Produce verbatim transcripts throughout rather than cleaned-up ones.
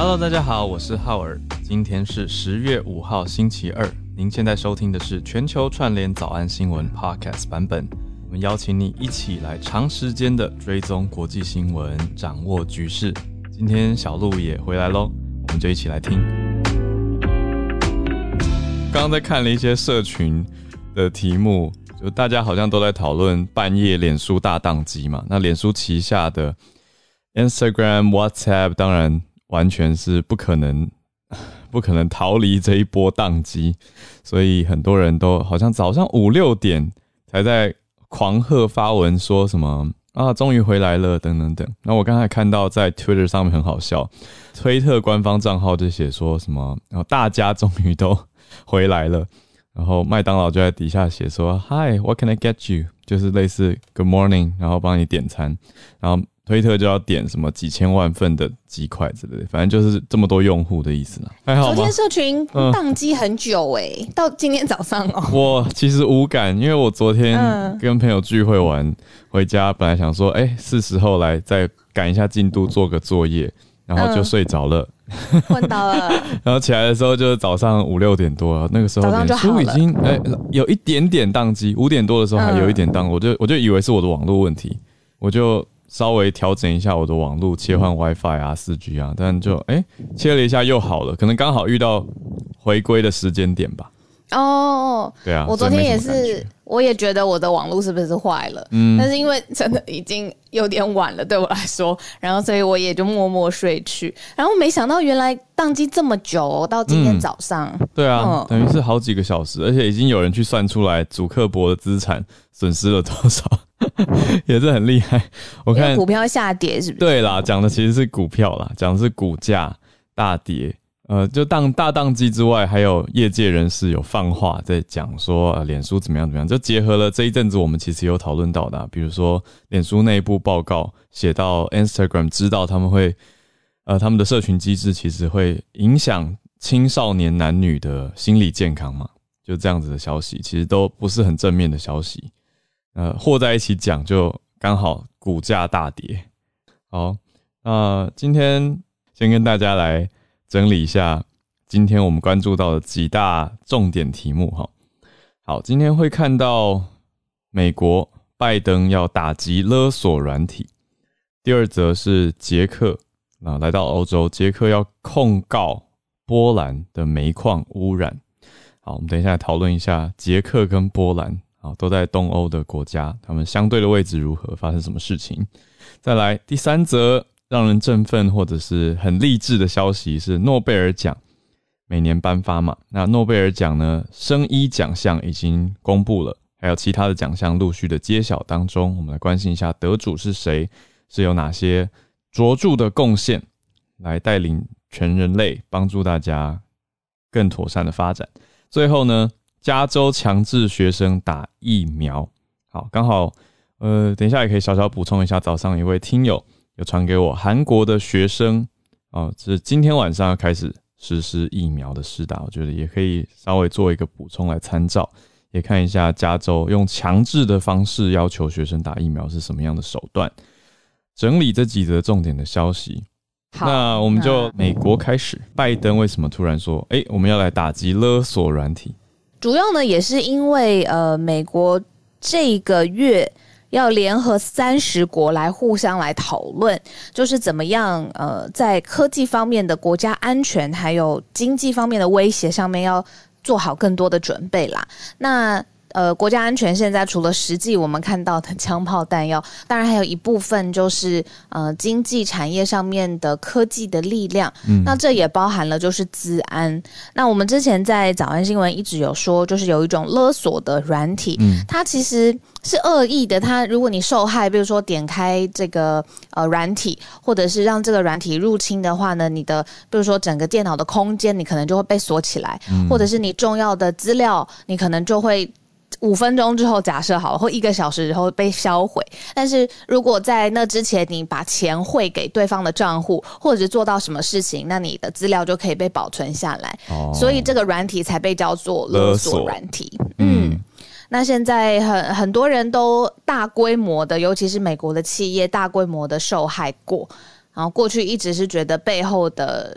Hello， 大家好，我是浩尔。今天是十月五号，星期二。您现在收听的是全球串联早安新闻 Podcast 版本。我们邀请你一起来长时间的追踪国际新闻，掌握局势。今天小鹿也回来咯，我们就一起来听。刚刚在看了一些社群的题目，就大家好像都在讨论半夜脸书大宕机嘛。那脸书旗下的 Instagram、WhatsApp 当然完全是不可能不可能逃离这一波宕机，所以很多人都好像早上五六点才在狂贺发文说什么啊终于回来了等等等。那我刚才看到在 Twitter 上面很好笑，推特官方账号就写说什么、啊、大家终于都回来了，然后麦当劳就在底下写说 Hi what can I get you， 就是类似 Good morning， 然后帮你点餐，然后推特就要点什么几千万份的鸡块之类的，反正就是这么多用户的意思啦。还好吗？ 昨天社群宕机很久哎、欸嗯，到今天早上哦。 我其实无感，因为我昨天跟朋友聚会完、嗯、回家，本来想说，哎、欸，是时候来再赶一下进度，做个作业，然后就睡着了， 昏、嗯、倒了。 然后起来的时候就是早上五六点多，那个时候脸书已经哎、欸、有一点点宕机，五点多的时候还有一点宕、嗯，我就我就以为是我的网络问题，我就稍微调整一下我的网路，切换 WiFi 啊 四 G 啊，但就哎、欸、切了一下又好了，可能刚好遇到回归的时间点吧。 哦， 对啊， 我昨天也是，我也觉得我的网路是不是坏了？嗯，但是因为真的已经有点晚了，对我来说，然后所以我也就默默睡去。然后没想到原来宕机这么久、哦，到今天早上。 嗯、对啊、嗯，等于是好几个小时，而且已经有人去算出来祖克伯的资产损失了多少。也是很厉害，我看股票下跌是不是？ 对啦，讲的其实是股票啦，讲的是股价大跌。呃，就当大宕机之外，还有业界人士有放话在讲说，呃，脸书怎么样怎么样，就结合了这一阵子我们其实有讨论到的、啊，比如说脸书内部报告写到 Instagram 知道他们会，呃，他们的社群机制其实会影响青少年男女的心理健康嘛，就这样子的消息，其实都不是很正面的消息。呃，和在一起讲，就刚好股价大跌。好，那、呃、今天先跟大家来整理一下今天我们关注到的几大重点题目哈。好，今天会看到美国拜登要打击勒索软体，第二则是捷克啊来到欧洲，捷克要控告波兰的煤矿污染。好，我们等一下来讨论一下捷克跟波兰。都在东欧的国家，他们相对的位置如何，发生什么事情。再来第三则让人振奋或者是很励志的消息是诺贝尔奖每年颁发嘛，那诺贝尔奖呢生医奖项已经公布了，还有其他的奖项陆续的揭晓当中，我们来关心一下得主是谁，是有哪些卓著的贡献来带领全人类，帮助大家更妥善的发展。最后呢，加州强制学生打疫苗，好，刚好，呃，等一下也可以小小补充一下，早上一位听友有传给我，韩国的学生，哦，是今天晚上要开始实施疫苗的施打，我觉得也可以稍微做一个补充来参照，也看一下加州用强制的方式要求学生打疫苗是什么样的手段，整理这几则重点的消息。那我们就美国开始，拜登为什么突然说，哎，我们要来打击勒索软体？ 主要呢，也是因为呃，美国这个月要联合三十国来互相来讨论，就是怎么样呃，在科技方面的国家安全，还有经济方面的威胁上面，要做好更多的准备啦。那呃，国家安全现在除了实际我们看到的枪炮弹药，当然还有一部分就是呃经济产业上面的科技的力量。嗯，那这也包含了就是资安。那我们之前在早安新闻一直有说，就是有一种勒索的软体，嗯，它其实是恶意的。它如果你受害，比如说点开这个呃软体，或者是让这个软体入侵的话呢，你的比如说整个电脑的空间，你可能就会被锁起来，嗯，或者是你重要的资料，你可能就会五分钟之后假设好了，或一个小时之后被销毁。但是如果在那之前你把钱汇给对方的账户，或者是做到什么事情，那你的资料就可以被保存下来。哦，所以这个软体才被叫做勒索软体。嗯。嗯，那现在很很多人都大规模的，尤其是美国的企业大规模的受害过，然后过去一直是觉得背后的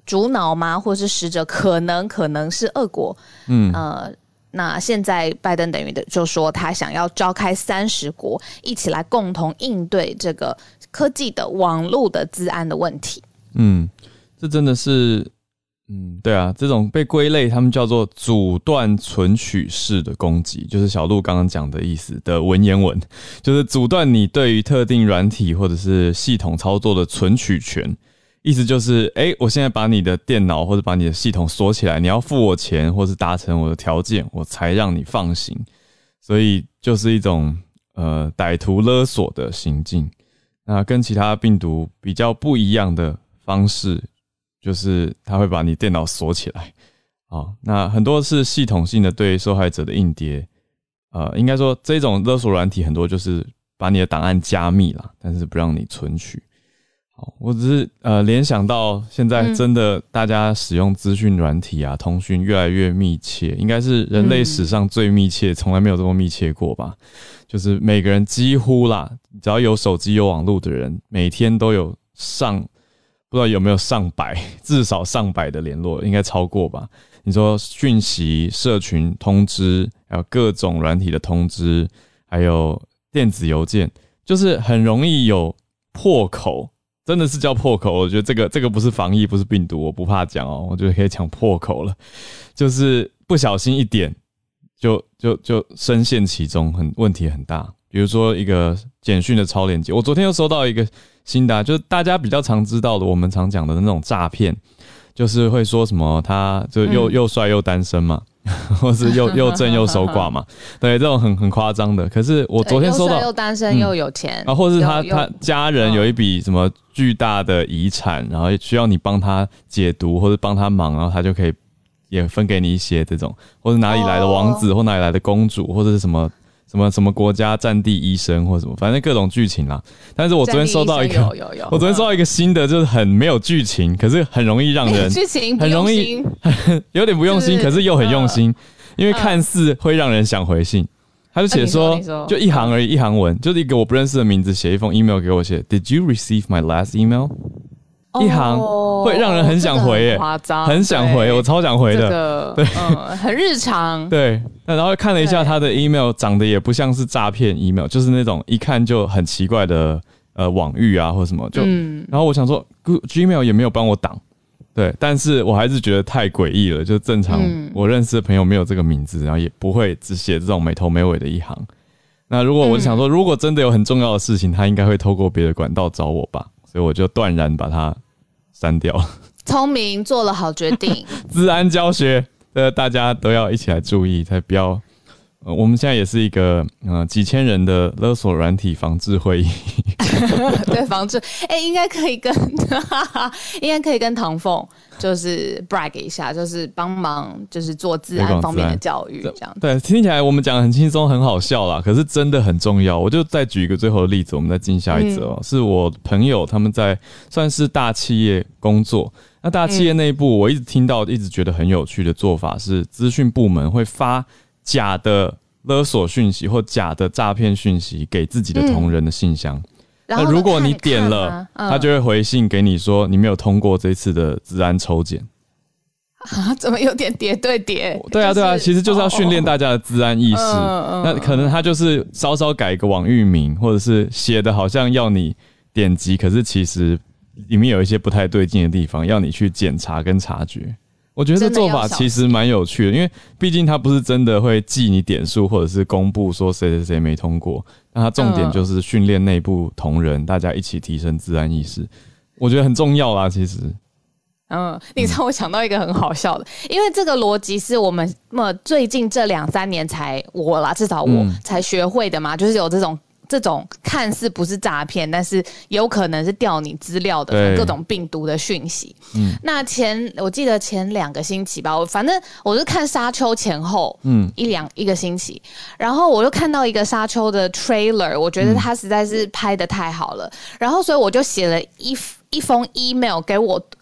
主脑吗？或是使者可能可能是俄国？嗯，呃，那现在拜登等于的就说他想要召开三十国一起来共同应对这个科技的网络的资安的问题。 嗯，这真的是。嗯，对啊，这种被归类，他们叫做阻断存取式的攻击，就是小鹿刚刚讲的意思的文言文，就是阻断你对于特定软体或者是系统操作的存取权。意思就是，哎，我现在把你的电脑或者把你的系统锁起来，你要付我钱或是达成我的条件，我才让你放行。所以就是一种呃歹徒勒索的行径。那跟其他病毒比较不一样的方式。就是他会把你电脑锁起来，好，那很多是系统性的对受害者的硬碟，呃，应该说这种勒索软体很多就是把你的档案加密啦，但是不让你存取。好，我只是呃联想到现在真的大家使用资讯软体啊，通讯越来越密切，应该是人类史上最密切，从来没有这么密切过吧？就是每个人几乎啦，只要有手机有网络的人，每天都有上。不知道有没有上百，至少上百的联络，应该超过吧？你说讯息、社群通知，还有各种软体的通知，还有电子邮件，就是很容易有破口，真的是叫破口。我觉得这个这个不是防疫，不是病毒，我不怕讲哦，我觉得可以讲破口了，就是不小心一点就就就深陷其中，很问题很大。比如说一个简讯的超链接，我昨天又收到一个新的、啊，就是大家比较常知道的，我们常讲的那种诈骗，就是会说什么他就又、嗯、又帅又单身嘛，或是又又正又守寡嘛，对，这种很很夸张的。可是我昨天收到又帅又单身又有钱， 啊，或是他他家人有一笔什么巨大的遗产，然后需要你帮他解读或者帮他忙，然后他就可以也分给你一些这种，或是哪里来的王子、哦、或哪里来的公主，或者是什么。什么什么国家战地医生或什么，反正各种剧情啦。但是我昨天收到一个，有有有我昨天收到一个新的，就是很没有剧情，可是很容易让人剧情很容易有点不用心，可是又很用心，因为看似会让人想回信。他就写说，就一行而已，一行文，就是一个我不认识的名字写一封 email 给我，写 Did you receive my last email？一行会让人很想回耶、欸，很想回，我超想回的， 这个、对、嗯，很日常。 对，然后看了一下他的 email， 长得也不像是诈骗 email， 就是那种一看就很奇怪的呃网域啊或什么，就、嗯，然后我想说 Gmail 也没有帮我挡，对，但是我还是觉得太诡异了，就正常我认识的朋友没有这个名字，然后也不会只写这种没头没尾的一行。那如果我想说，如果真的有很重要的事情，他应该会透过别的管道找我吧。所以我就断然把它删掉。 聪明，做了好决定。 资安教学，呃，大家都要一起来注意，才不要。呃，我们现在也是一个呃几千人的勒索软体防治会议。 对，防治，哎、欸，应该可以跟，应该可以跟唐凤就是 brag 一下，就是帮忙，就是做资安方面的教育，这样。 对，听起来我们讲很轻松，很好笑啦，可是真的很重要。我就再举一个最后的例子，我们再进下一则、喔嗯、是我朋友他们在算是大企业工作，那大企业内部，我一直听到，一直觉得很有趣的做法是，资讯部门会发假的勒索讯息或假的诈骗讯息给自己的同仁的信箱。嗯，那如果你点了，他就会回信给你说你没有通过这次的资安抽检。 啊，怎么有点叠对叠？ 对啊，对啊，其实就是要训练大家的资安意识。哦、那可能他就是稍稍改一个网域名，或者是写的好像要你点击，可是其实里面有一些不太对劲的地方，要你去检查跟察觉。我觉得这做法其实蛮有趣的，因为毕竟他不是真的会记你点数，或者是公布说谁谁谁没通过。那他重点就是训练内部同仁，大家一起提升资安意识，我觉得很重要啦。其实， 嗯，你让我想到一个很好笑的，因为这个逻辑是我们最近这两三年才我啦，至少我才学会的嘛，就是有这种。这种看似不是诈骗，但是有可能是调你资料的各种病毒的讯息。嗯，那前我记得前两个星期吧，我反正我是看沙丘前后，嗯，一两一个星期，然后我就看到一个沙丘的 trailer， 我觉得他实在是拍得太好了，嗯、然后所以我就写了一一封 email 给我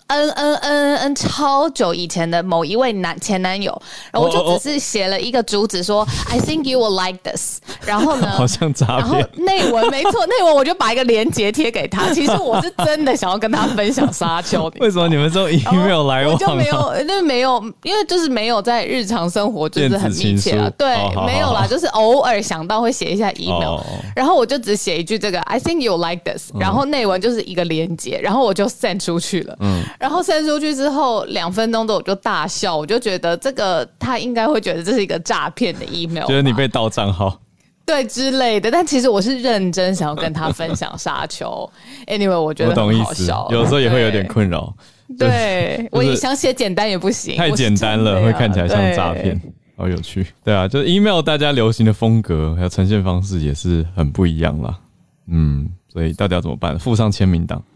N N N N 超久以前的某一位男前男友，然后我就只是写了一个主旨说 I think you will like this， 然后呢， 好像诈骗。 然后内文没错，内文我就把一个连结贴给他。其实我是真的想要跟他分享沙丘。 为什么你们这种 email 来往、啊？ 我就没有，那没有，因为就是没有在日常生活就是很密切啊。对， 哦、 没有啦，就是偶尔想到会写一下 email，、哦、然后我就只写一句这个 I think you like this，、嗯、然后内文就是一个连结，然后我就 send 出去了。嗯，然后 send 出去之后两分钟之后我就大笑，我就觉得这个他应该会觉得这是一个诈骗的 email， 觉得你被盗账号。 对之类的，但其实我是认真想要跟他分享沙丘。anyway， 我觉得很好笑， 有时候也会有点困扰。 对，就是、我也想写简单也不行， 太简单了会看起来像诈骗，好有趣。对啊，就是 email 大家流行的风格还有呈现方式也是很不一样啦。嗯，所以到底要怎么办？附上签名档，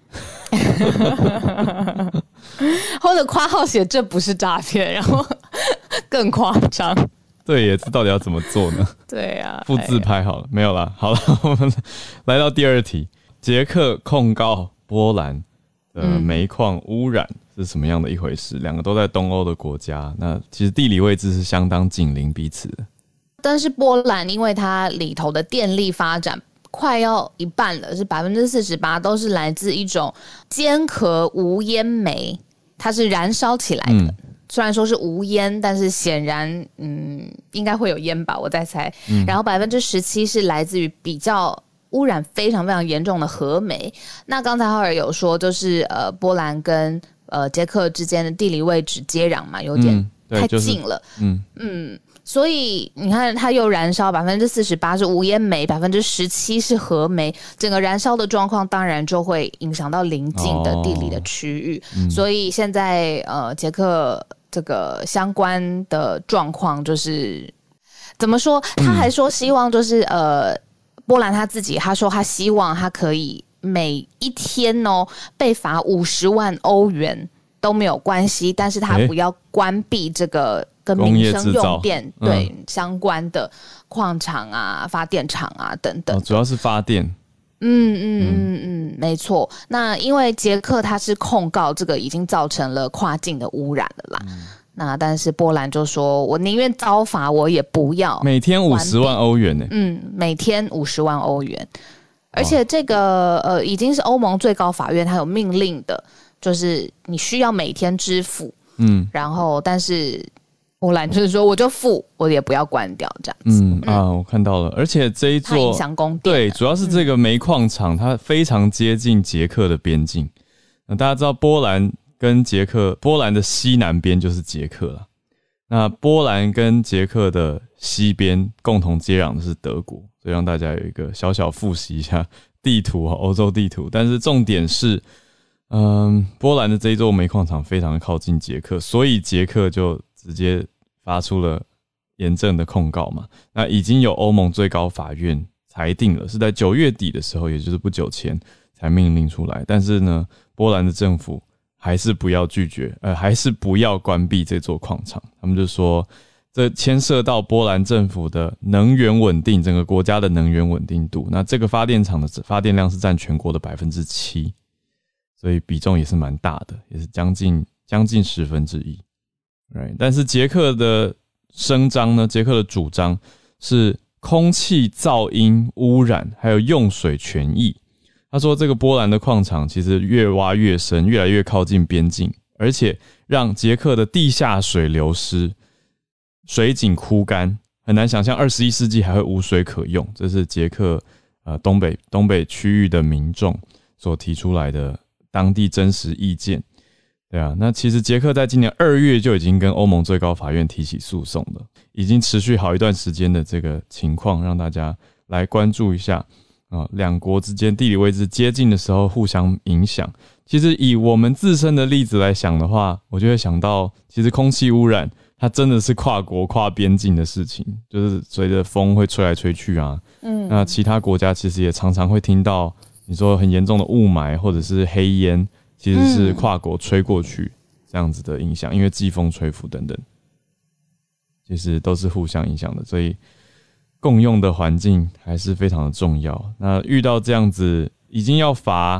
或者括号写这不是诈骗，然后更夸张。 对，也是到底要怎么做呢？ 对啊， 附自拍好了，哎、没有啦。好了，我们来到第二题，捷克控告波兰的煤矿污染是什么样的一回事？两、嗯、个都在东欧的国家，那其实地理位置是相当紧邻彼此的。 但是波兰因为它里头的电力发展快要一半了，是百分之四十八都是来自一种尖壳无烟煤，它是燃烧起来的。嗯，虽然说是无烟，但是显然，嗯，应该会有烟吧，我在猜。嗯、然后百分之十七是来自于比较污染非常非常严重的核煤。那刚才浩尔有说，就是呃，波兰跟呃捷克之间的地理位置接壤嘛，有点太近了。嗯、就是、嗯，所以你看，它又燃烧百分之四十八是无烟煤，百分之十七是核煤，整个燃烧的状况当然就会影响到邻近的地理的区域。哦嗯、所以现在呃，捷克这个相关的状况就是怎么说？他还说希望就是呃，波兰他自己他说他希望他可以每一天哦被罚五十万欧元都没有关系，但是他不要关闭这个跟民生用电、嗯、对相关的矿场啊、发电厂啊等等、哦。 主要是发电。 嗯嗯嗯嗯，没错。那因为捷克它是控告这个已经造成了跨境的污染了啦。嗯、那但是波兰就说，我宁愿遭罚，我也不要每天五十万欧元呢、欸。 嗯，每天五十万欧元，而且这个、哦、呃已经是欧盟最高法院它有命令的，就是你需要每天支付。嗯，然后但是。波兰就是说，我就付，我也不要关掉这样子。 嗯啊，我看到了，而且这一座它影响供电， 对，主要是这个煤矿厂，它非常接近捷克的边境。那大家知道，波兰跟捷克，波兰的西南边就是捷克了。那波兰跟捷克的西边共同接壤的是德国，所以让大家有一个小小复习一下地图，欧洲地图。但是重点是，嗯，波兰的这一座煤矿厂非常的靠近捷克，所以捷克就直接发出了严正的控告嘛。那已经有欧盟最高法院裁定了，是在九月底的时候，也就是不久前才命令出来。但是呢，波兰的政府还是不要拒绝，呃，还是不要关闭这座矿场。他们就说，这牵涉到波兰政府的能源稳定，整个国家的能源稳定度。那这个发电厂的发电量是占全国的百分之七，所以比重也是蛮大的，也是将近将近十分之一。Right. 但是捷克的声张呢，捷克的主张是空气噪音污染还有用水权益。他说这个波兰的矿场其实越挖越深，越来越靠近边境，而且让捷克的地下水流失，水井枯干，很难想象二十一世纪还会无水可用。这是捷克呃东北东北区域的民众所提出来的当地真实意见。对啊，那其实捷克在今年二月就已经跟欧盟最高法院提起诉讼了，已经持续好一段时间的这个情况，让大家来关注一下啊，两国之间地理位置接近的时候互相影响。其实以我们自身的例子来想的话，我就会想到，其实空气污染它真的是跨国跨边境的事情，就是随着风会吹来吹去啊。嗯，那其他国家其实也常常会听到你说很严重的雾霾或者是黑烟。其实是跨国吹过去这样子的影响，因为季风吹拂等等，其实都是互相影响的，所以共用的环境还是非常的重要。那遇到这样子已经要罚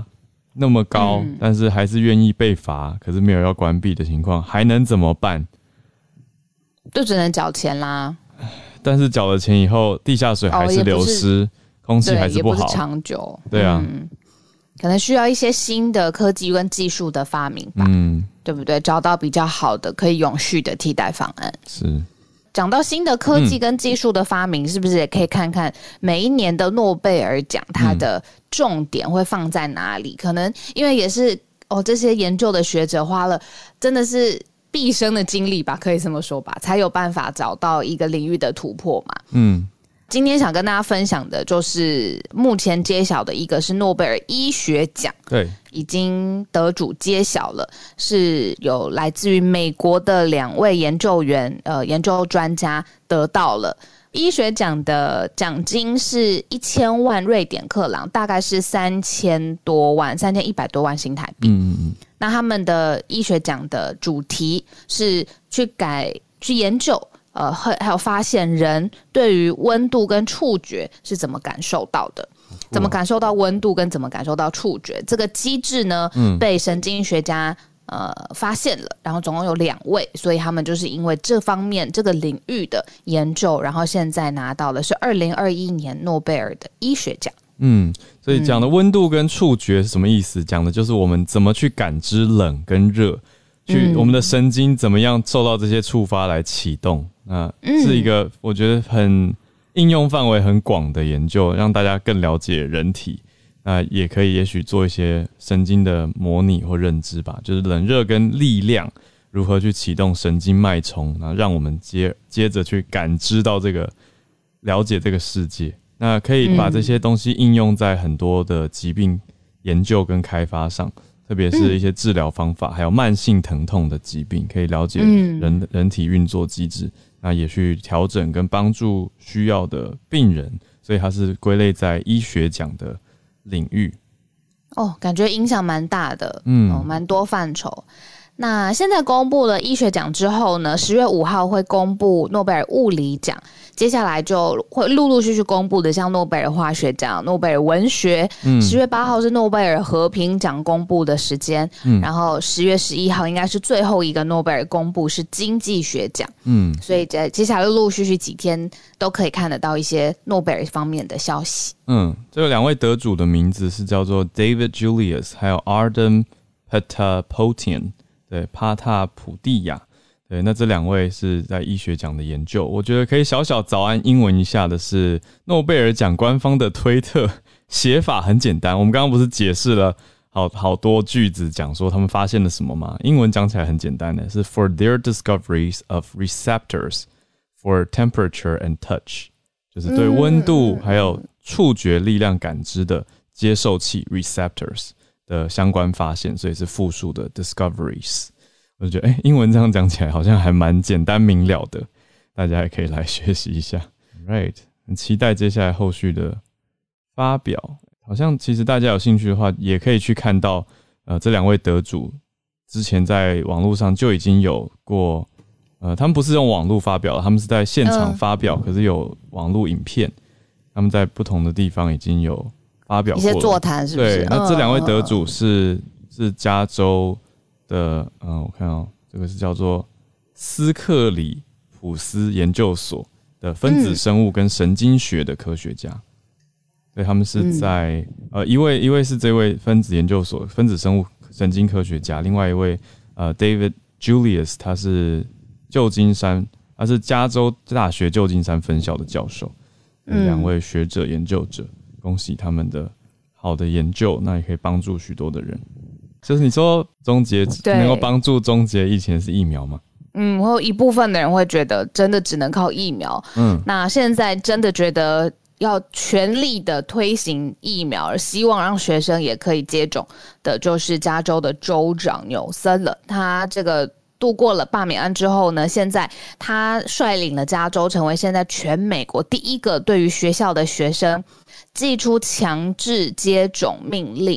那么高、嗯、但是还是愿意被罚，可是没有要关闭的情况，还能怎么办？ 就只能缴钱啦。 但是缴了钱以后，地下水还是流失，哦、空气还是不好， 也不是长久。 对啊、 嗯，可能需要一些新的科技跟技术的发明吧，嗯，对不对？找到比较好的可以永续的替代方案。 是。 讲到新的科技跟技术的发明、嗯、是不是也可以看看每一年的诺贝尔奖它的重点会放在哪里、嗯、可能因为也是哦，这些研究的学者花了真的是毕生的精力吧，可以这么说吧，才有办法找到一个领域的突破嘛。嗯，今天想跟大家分享的就是目前揭晓的一个是诺贝尔医学奖， 对， 已经得主揭晓了，是有来自于美国的两位研究员呃研究专家得到了医学奖的奖金是一千万瑞典克朗，大概是三千多万三千一百多万新台币。嗯嗯，那他们的医学奖的主题是去改去研究呃，还有发现人对于温度跟触觉是怎么感受到的，怎么感受到温度跟怎么感受到触觉，这个机制呢、嗯、被神经学家呃发现了，然后总共有两位，所以他们就是因为这方面这个领域的研究，然后现在拿到的是二零二一年诺贝尔的医学奖。 嗯，所以讲的温度跟触觉是什么意思？讲的就是我们怎么去感知冷跟热，去我们的神经怎么样受到这些触发来启动。那是一个我觉得很应用范围很广的研究，让大家更了解人体。那也可以也许做一些神经的模拟或认知吧，就是冷热跟力量如何去启动神经脉冲，然后让我们接接着去感知到这个了解这个世界。那可以把这些东西应用在很多的疾病研究跟开发上，特别是一些治疗方法，还有慢性疼痛的疾病，可以了解人人体运作机制。那也去调整跟帮助需要的病人，所以它是归类在医学奖的领域。 哦，感觉影响蛮大的，嗯，哦，蛮多范畴。那现在公布了医学奖之后呢，十月五号会公布诺贝尔物理奖，接下来就会陆陆续续公布的，像诺贝尔化学奖、诺贝尔文学，十、嗯、月八号是诺贝尔和平奖公布的时间、嗯，然后十月十一号应该是最后一个诺贝尔公布是经济学奖，嗯，所以接下来陆陆续续几天都可以看得到一些诺贝尔方面的消息。 嗯，这两位得主的名字是叫做 David Julius 还有 Ardem Patapoutian。对，帕塔普蒂亚，对，那这两位是在医学奖的研究。我觉得可以小小早安英文一下的是，诺贝尔奖官方的推特写法很简单。我们刚刚不是解释了好好多句子，讲说他们发现了什么吗？英文讲起来很简单的，是 For their discoveries of receptors for temperature and touch， 就是对温度还有触觉力量感知的接受器 receptors。的相关发现，所以是复数的 discoveries。 我就觉得、欸、英文这样讲起来好像还蛮简单明了的，大家也可以来学习一下。 Right， 很期待接下来后续的发表。好像其实大家有兴趣的话也可以去看到呃，这两位得主之前在网络上就已经有过呃，他们不是用网络发表的，他们是在现场发表、嗯、可是有网络影片，他们在不同的地方已经有发表过一些座谈，是不是？ 对，那这两位得主是、嗯、是加州的，嗯，我看哦，这个是叫做斯克里普斯研究所的分子生物跟神经学的科学家。所以他们是在、嗯、呃，一位一位是这位分子研究所分子生物神经科学家，另外一位呃 David Julius， 他是旧金山，他是加州大学旧金山分校的教授。两位学者研究者。恭喜他们的好的研究，那也可以帮助许多的人。就是你说终结能够帮助终结疫情的是疫苗吗？ 嗯，或一部分的人会觉得真的只能靠疫苗。嗯，那现在真的觉得要全力的推行疫苗，而希望让学生也可以接种的，就是加州的州长纽森了。他这个度过了罢免案之后呢，现在他率领了加州成为现在全美国第一个对于学校的学生寄出强制接种命令。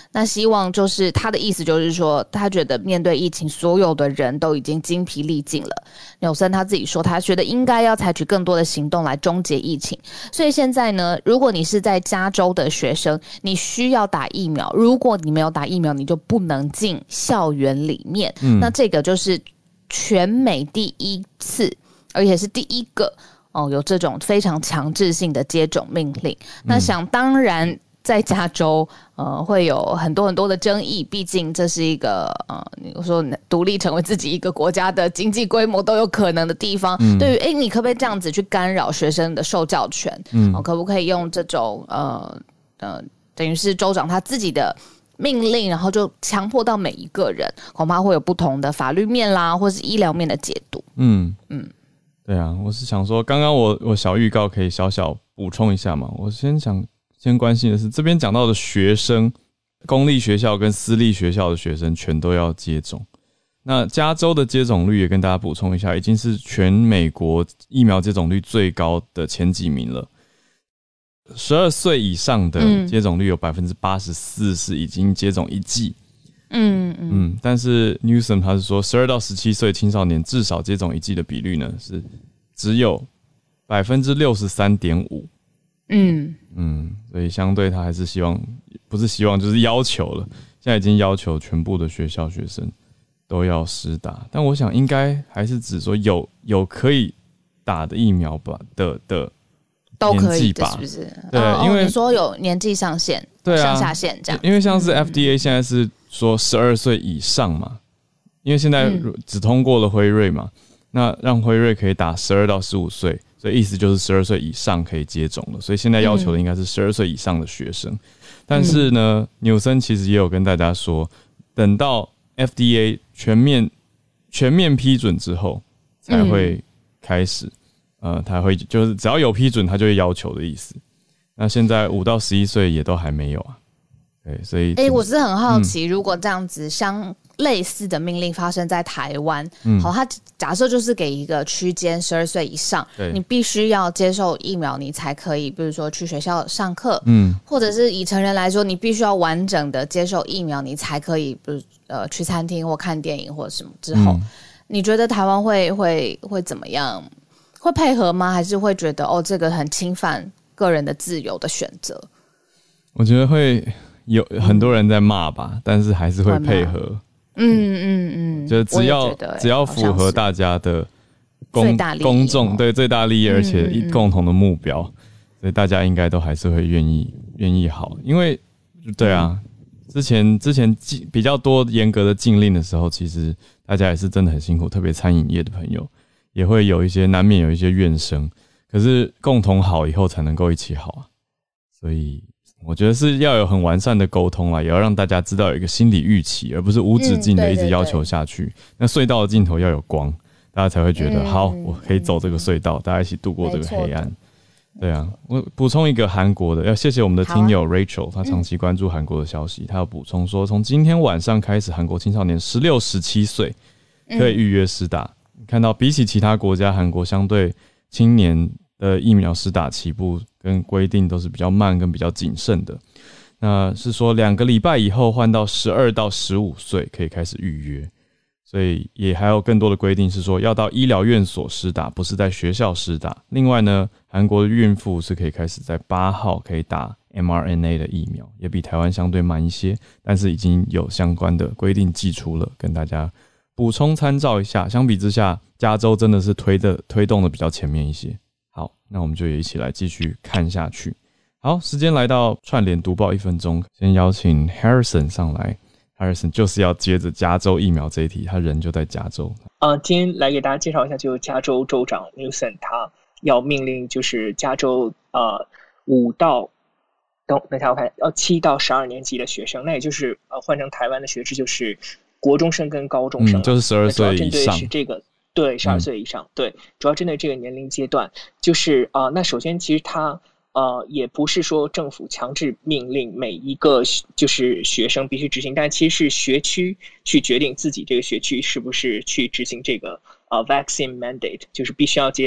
那希望就是他的意思就是说，他觉得面对疫情，所有的人都已经精疲力尽了。纽森他自己说，他觉得应该要采取更多的行动来终结疫情。所以现在呢，如果你是在加州的学生，你需要打疫苗，如果你没有打疫苗，你就不能进校园里面。嗯、那这个就是全美第一次，而且是第一个哦，有这种非常强制性的接种命令。那想当然。在加州，呃，会有很多很多的争议，毕竟这是一个呃，你说独立成为自己一个国家的经济规模都有可能的地方。嗯、对于，哎，你可不可以这样子去干扰学生的受教权？嗯、呃，可不可以用这种呃呃，等于是州长他自己的命令，然后就强迫到每一个人，恐怕会有不同的法律面啦，或是医疗面的解读。嗯嗯，对啊，我是想说，刚刚我我小预告可以小小补充一下嘛，我先想。先关心的是这边讲到的学生，公立学校跟私立学校的学生全都要接种。那加州的接种率也跟大家补充一下，已经是全美国疫苗接种率最高的前几名了。十二岁以上的接种率有 百分之八十四 是已经接种一剂。嗯嗯嗯，但是 Newsom 他是说，十二到十七岁青少年至少接种一剂的比率呢，是只有 百分之六十三点五。嗯嗯，所以相对他还是希望，不是希望就是要求了，现在已经要求全部的学校学生都要施打，但我想应该还是指说有有可以打的疫苗吧的的都可以的，是不是？ 对， 哦、 因为你说有年纪上限，对啊，上下限这样， 因为像是 F D A 现在是说十二岁以上嘛，因为现在只通过了辉瑞嘛，那让辉瑞可以打十二到十五岁。所以意思就是十二岁以上可以接种了，所以现在要求的应该是十二岁以上的学生。嗯、但是呢，纽森其实也有跟大家说，等到 F D A 全面全面批准之后，才会开始，嗯、呃，他会就是只要有批准，他就会要求的意思。那现在五到十一岁也都还没有啊，对，所以， 哎、欸，我是很好奇，嗯、如果这样子相类似的命令发生在台湾，嗯、好，它假设就是给一个区间，十二岁以上，你必须要接受疫苗，你才可以，比如说去学校上课，嗯，或者是以成人来说，你必须要完整的接受疫苗，你才可以，比如呃去餐厅或看电影或者什么之后，嗯、你觉得台湾会会会怎么样？会配合吗？还是会觉得哦，这个很侵犯个人的自由的选择？ 我觉得会有很多人在骂吧，嗯、但是还是会配合。嗯嗯嗯，就只要、欸、只要符合大家的公公众对最大利益，而且一共同的目标，嗯嗯所以大家应该都还是会愿意愿意好。因为对啊，嗯、之前之前比较多严格的禁令的时候，其实大家也是真的很辛苦，特别餐饮业的朋友也会有一些难免有一些怨声。可是共同好以后才能够一起好啊，所以。我觉得是要有很完善的沟通啦，也要让大家知道有一个心理预期，而不是无止境的一直要求下去。嗯、对对对那隧道的尽头要有光，大家才会觉得、嗯、好，我可以走这个隧道，大家一起度过这个黑暗。对啊，我补充一个韩国的，要谢谢我们的听友 Rachel， 她长期关注韩国的消息，她要补充说，从今天晚上开始，韩国青少年十六、十七岁可以预约施打。嗯、看到比起其他国家，韩国相对青年的疫苗施打起步跟规定都是比较慢跟比较谨慎的。那是说两个礼拜以后换到十二到十五岁可以开始预约，所以也还有更多的规定是说要到医疗院所施打，不是在学校施打。另外呢，韩国的孕妇是可以开始在八号可以打 M R N A 的疫苗，也比台湾相对慢一些，但是已经有相关的规定寄出了，跟大家补充参照一下。相比之下，加州真的是推的推动的比较前面一些。好，那我们就也一起来继续看下去。好，时间来到串联读报一分钟，先邀请 Harrison 上来。Harrison 就是要接着加州疫苗这一题，他人就在加州。 呃，今天来给大家介绍一下，就是加州州长 Newsom 他要命令，就是加州呃五到等等下我看呃七到十二年级的学生，那也就是呃换成台湾的学制就是国中生跟高中生、 嗯，就是十二岁以上。 针对是这个。对，十二岁以上、嗯，对，主要针对这个年龄阶段，就是啊、呃，那首先其实他呃也不是说政府强制命令每一个就是学生必须执行，但其实是学区去决定自己这个学区是不是去执行这个呃 vaccine mandate， 就是必须要接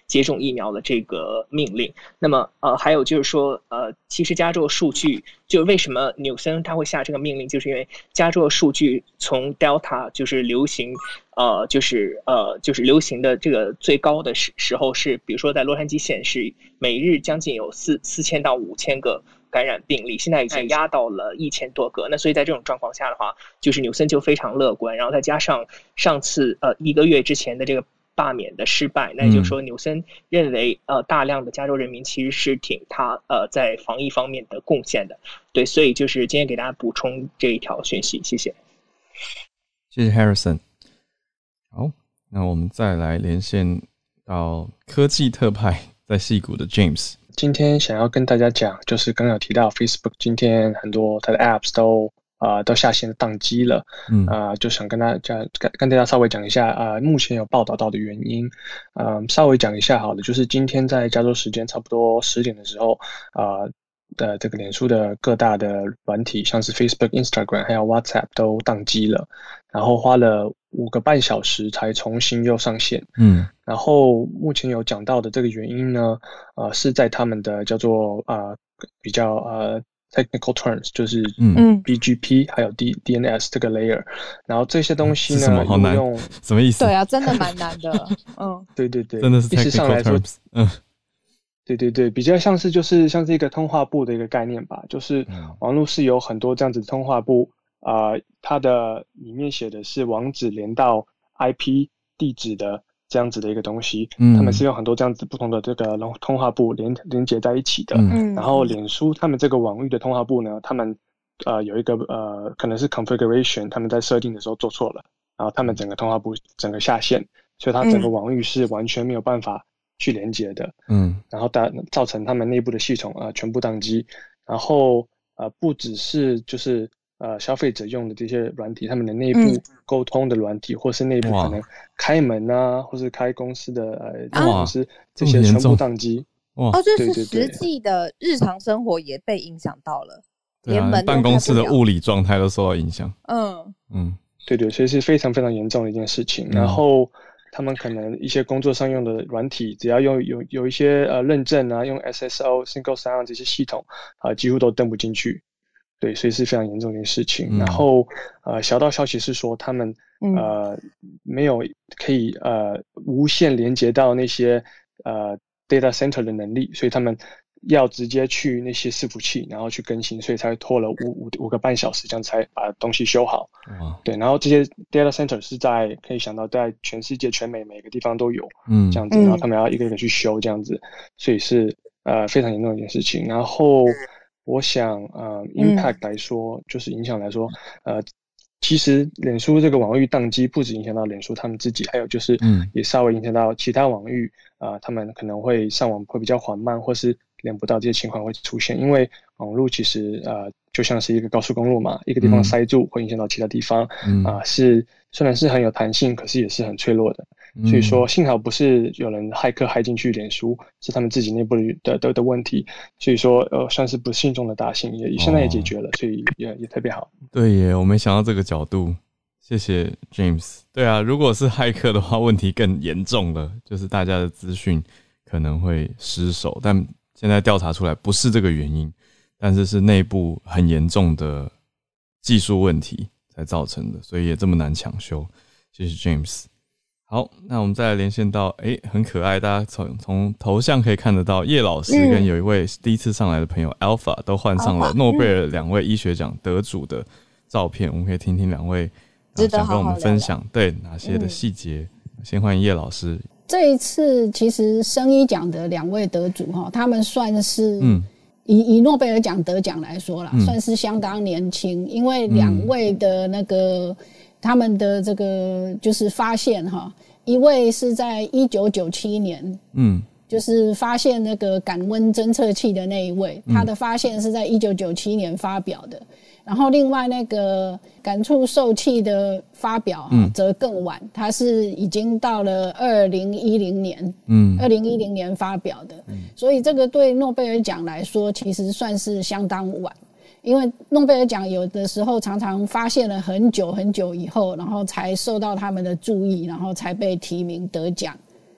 接种疫苗的这个命令。那么呃，还有就是说呃，其实加州数据就为什么纽森他会下这个命令，就是因为加州的数据从 Delta 就是流行呃就是呃就是流行的这个最高的时时候是，比如说在洛杉矶显示每日将近有四四千到五千个感染病例，现在已经压到了一千多个。那所以在这种状况下的话，就是纽森就非常乐观，然后再加上上次呃一个月之前的这个罢免的失败，那也就是说纽森认为呃大量的加州人民其实是挺他呃在防疫方面的贡献的。对，所以就是今天给大家补充这一条讯息，谢谢。 谢谢 Harrison。 好，那我们再来连线到科技特派在矽谷的 James。 今天想要跟大家讲，就是刚刚有提到 Facebook 今天很多它的 apps 都啊、呃、都下线宕机了，嗯啊、呃，就想跟大家跟跟大家稍微讲一下啊、呃，目前有报道到的原因，嗯、呃，稍微讲一下好了，就是今天在加州时间差不多十点的时候啊。呃的这个脸书的各大的软体，像是 Facebook、Instagram 还有 WhatsApp 都宕机了，然后花了五个半小时才重新又上线。嗯，然后目前有讲到的这个原因呢，呃，是在他们的叫做呃比较呃 technical terms， 就是嗯 B G P 还有 D DNS 这个 layer， 然后这些东西呢， 是什么好难？ 用什么意思？ 对啊，真的蛮难的。嗯， 对对对， 真的是 technical terms。嗯。 对对对，比较像是就是像是一个通话簿的一个概念吧，就是网络是有很多这样子的通话簿，啊、呃，它的里面写的是网址连到 I P 地址的这样子的一个东西，嗯，他们是用很多这样子不同的这个通话簿连连接在一起的，嗯，然后脸书他们这个网域的通话簿呢，他们呃有一个呃可能是 configuration 他们在设定的时候做错了，然后他们整个通话簿整个下线，所以它整个网域是完全没有办法去连接的，嗯，然后大造成他们内部的系统啊、呃、全部宕机，然后呃不只是就是呃消费者用的这些软体，他们的内部沟通的软体，嗯、或是内部可能开门啊，或是开公司的呃公司这些全部宕机。 哦，就是实际的日常生活也被影响到了， 对啊，连门办公室的物理状态都受到影响。嗯嗯，对对，所以是非常非常严重的一件事情。嗯、然后他们可能一些工作上用的软体，只要用有有一些呃认证啊，用 S S O、Single Sign-On 这些系统啊、呃，几乎都登不进去。对，所以是非常严重的一件事情。嗯、然后呃，小道消息是说他们呃、嗯、没有可以呃无线连接到那些呃 data center 的能力，所以他们要直接去那些伺服器，然后去更新，所以才拖了五五五个半小时，这样才把东西修好。对，然后这些 data center 是在可以想到在全世界、全美每个地方都有，嗯，这样子，然后他们要一个一个去修，这样子，所以是呃非常严重的一件事情。然后我想呃 impact 来说，嗯、就是影响来说，呃。其实脸书这个网域宕机不只影响到脸书他们自己，还有就是也稍微影响到其他网域啊、呃，他们可能会上网会比较缓慢，或是连不到，这些情况会出现。因为网络其实呃就像是一个高速公路嘛，一个地方塞住会影响到其他地方啊、嗯呃，是虽然是很有弹性，可是也是很脆弱的。所以说幸好不是有人骇客骇进去脸书，是他们自己内部的的的问题。所以说呃算是不幸中的大幸，也现在也解决了，哦、所以也也特别好。 对耶，我没想到这个角度，谢谢 James。对啊，如果是骇客的话，问题更严重了，就是大家的资讯可能会失守，但现在调查出来不是这个原因，但是是内部很严重的技术问题才造成的，所以也这么难抢修。谢谢 James。好，那我们再来连线到，哎、欸，很可爱，大家从从头像可以看得到，叶老师跟有一位第一次上来的朋友 Alpha 都换上了诺贝尔两位医学奖得主的照片，我们可以听听两位、啊、想跟我们分享对哪些的细节。嗯、先欢迎叶老师。 这一次其实生医奖的两位得主哈，他们算是嗯。以以诺贝尔奖得奖来说啦、嗯、算是相当年轻，因为两位的那个、嗯、他们的这个就是发现哈，一位是在一九九七年，嗯，就是发现那个感温侦测器的那一位，嗯、他的发现是在一九九七年发表的。然后另外那个感触受器的发表、啊嗯、则更晚，它是已经到了二零一零年，嗯，二零一零年发表的、嗯，所以这个对诺贝尔奖来说其实算是相当晚，因为诺贝尔奖有的时候常常发现了很久很久以后，然后才受到他们的注意，然后才被提名得奖。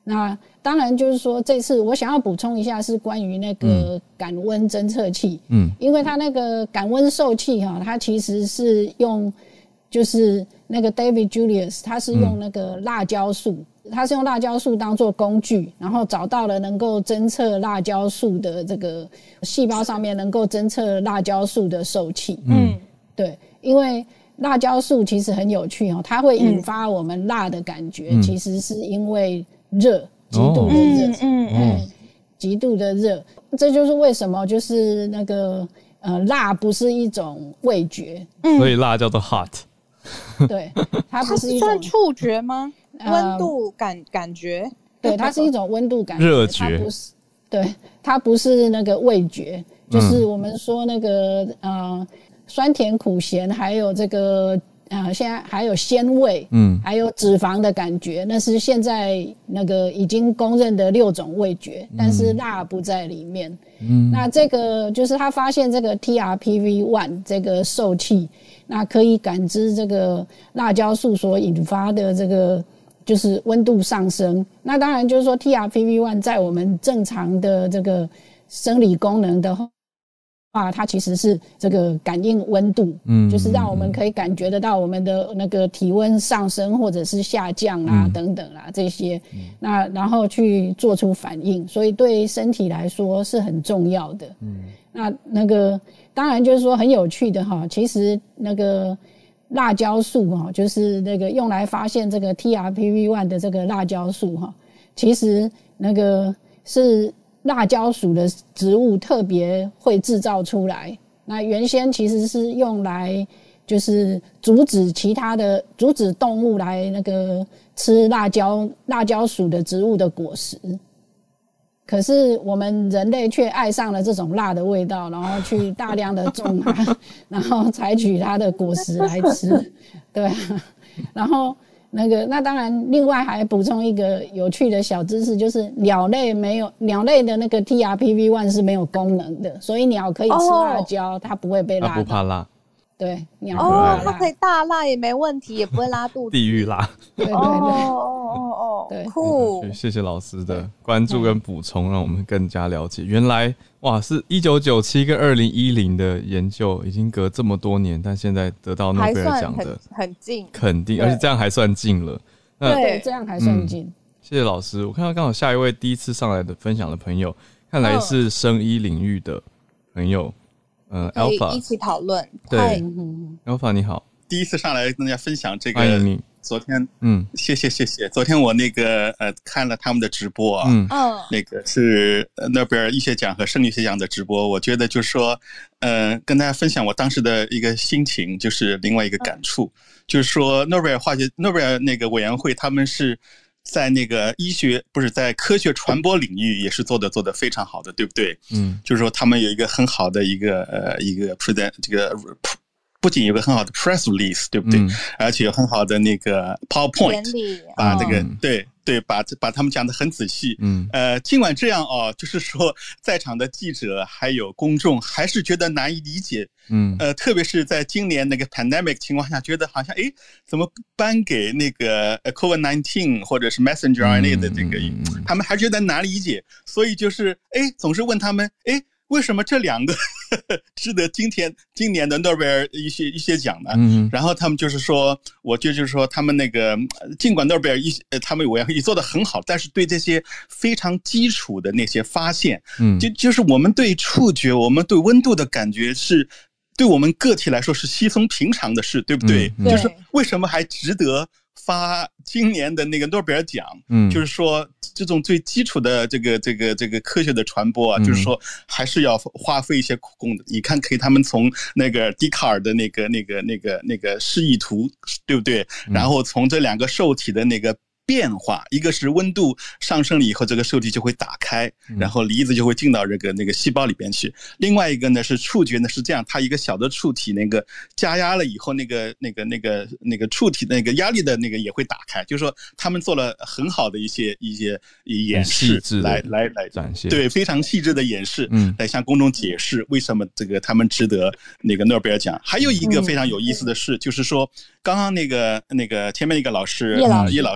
那当然就是说，这次我想要补充一下是关于那个感温侦测器，嗯，因为它那个感温受器哈，它其实是用就是那个 David Julius， 他是用那个辣椒素，他是用辣椒素当做工具，然后找到了能够侦测辣椒素的这个细胞上面能够侦测辣椒素的受器，嗯，对，因为辣椒素其实很有趣哦，它会引发我们辣的感觉，嗯、其实是因为热，极度的热，嗯嗯，极度的热，这就是为什么就是那个呃辣不是一种味觉， 嗯、所以辣叫做 hot， 对，它不是一种它是算触觉吗？呃、温度感感觉， 对，它是一种温度感觉， 热觉， 它不是，对，它不是那个味觉，就是我们说那个、嗯、呃。酸甜苦咸，还有这个呃，现在还有鲜味，嗯，还有脂肪的感觉，那是现在那个已经公认的六种味觉，嗯、但是辣不在里面。嗯，那这个就是他发现这个 T R P V 一 这个受器，那可以感知这个辣椒素所引发的这个就是温度上升。那当然就是说 T R P V 一 在我们正常的这个生理功能的话，它其实是这个感应温度，嗯，就是让我们可以感觉得到我们的那个体温上升或者是下降啦、嗯、等等啦这些，嗯、那然后去做出反应，所以对身体来说是很重要的。嗯，那那个当然就是说很有趣的哈，其实那个辣椒素哈，就是那个用来发现这个 T R P V 一 的这个辣椒素哈，其实那个是。辣椒属的植物特别会制造出来，那原先其实是用来就是阻止其他的阻止动物来那个吃辣椒辣椒属的植物的果实，可是我们人类却爱上了这种辣的味道，然后去大量的种它，然后采取它的果实来吃，对啊，然后。那个，那当然，另外还补充一个有趣的小知识，就是鸟类没有鸟类的那个 T R P V 一 是没有功能的，所以鸟可以吃辣椒，哦、它不会被辣。 它不怕辣。 对，鸟哦，它可以大辣也没问题，也不会拉肚子。 地狱辣。 对对对。 哦哦哦哦，对，酷。 谢谢老师的关注跟补充，让我们更加了解，原来哇是一九九七跟二零一零的研究，已经隔这么多年，但现在得到诺贝尔奖的很, 很近， 肯定，而且这样还算近了。 对，这样还算近、嗯。 谢谢老师，我看到刚好下一位第一次上来的分享的朋友，看来是生医领域的朋友。呃 ，Alpha 一起讨论。 对 ，Alpha 你好， 第一次上来跟大家分享这个。 欢迎你。 昨天，嗯，谢谢谢谢。昨天我那个呃看了他们的直播啊，嗯，那个是诺贝尔医学奖和生理学奖的直播，我觉得就是说，呃，跟大家分享我当时的一个心情，就是另外一个感触，嗯、就是说诺贝尔化学诺贝尔那个委员会他们是。在那个医学不是在科学传播领域也是做的做的非常好的，对不对？嗯，就是说他们有一个很好的一个呃一个 present 这个不仅有个很好的 press release， 对不对？嗯、而且有很好的那个 PowerPoint， 把这个、哦、对对把把他们讲得很仔细。嗯，呃，尽管这样哦，就是说在场的记者还有公众还是觉得难以理解。嗯，呃，特别是在今年那个 pandemic 情况下，觉得好像诶，怎么颁给那个 COVID 十九 或者是 messenger R N A 的这个，嗯、他们还觉得难理解，所以就是诶，总是问他们诶。为什么这两个值得今天今年的诺贝尔医学医学奖呢？嗯，然后他们就是说，我觉得就是说，他们那个尽管诺贝尔医他们委员会做得很好，但是对这些非常基础的那些发现，嗯，就就是我们对触觉，我们对温度的感觉是。对我们个体来说是稀松平常的事，对不对？嗯、就是为什么还值得发今年的那个诺贝尔奖？嗯，就是说这种最基础的这个这个这个科学的传播啊，嗯、就是说还是要花费一些苦功的。你看，可以他们从那个笛卡尔的那个那个那个那个示意图，对不对？嗯、然后从这两个受体的那个。变化，一个是温度上升了以后，这个受体就会打开，然后离子就会进到这个那个细胞里边去。另外一个呢是触觉呢是这样，它一个小的触体那个加压了以后，那个那个那个那个触体那个压力的那个也会打开。就是说，他们做了很好的一些一些演示，来来来展现， 对，非常细致的演示，嗯，来向公众解释为什么这个他们值得那个诺贝尔奖。还有一个非常有意思的事，嗯、就是说刚刚那个那个前面那个老师叶老师，叶老师就是。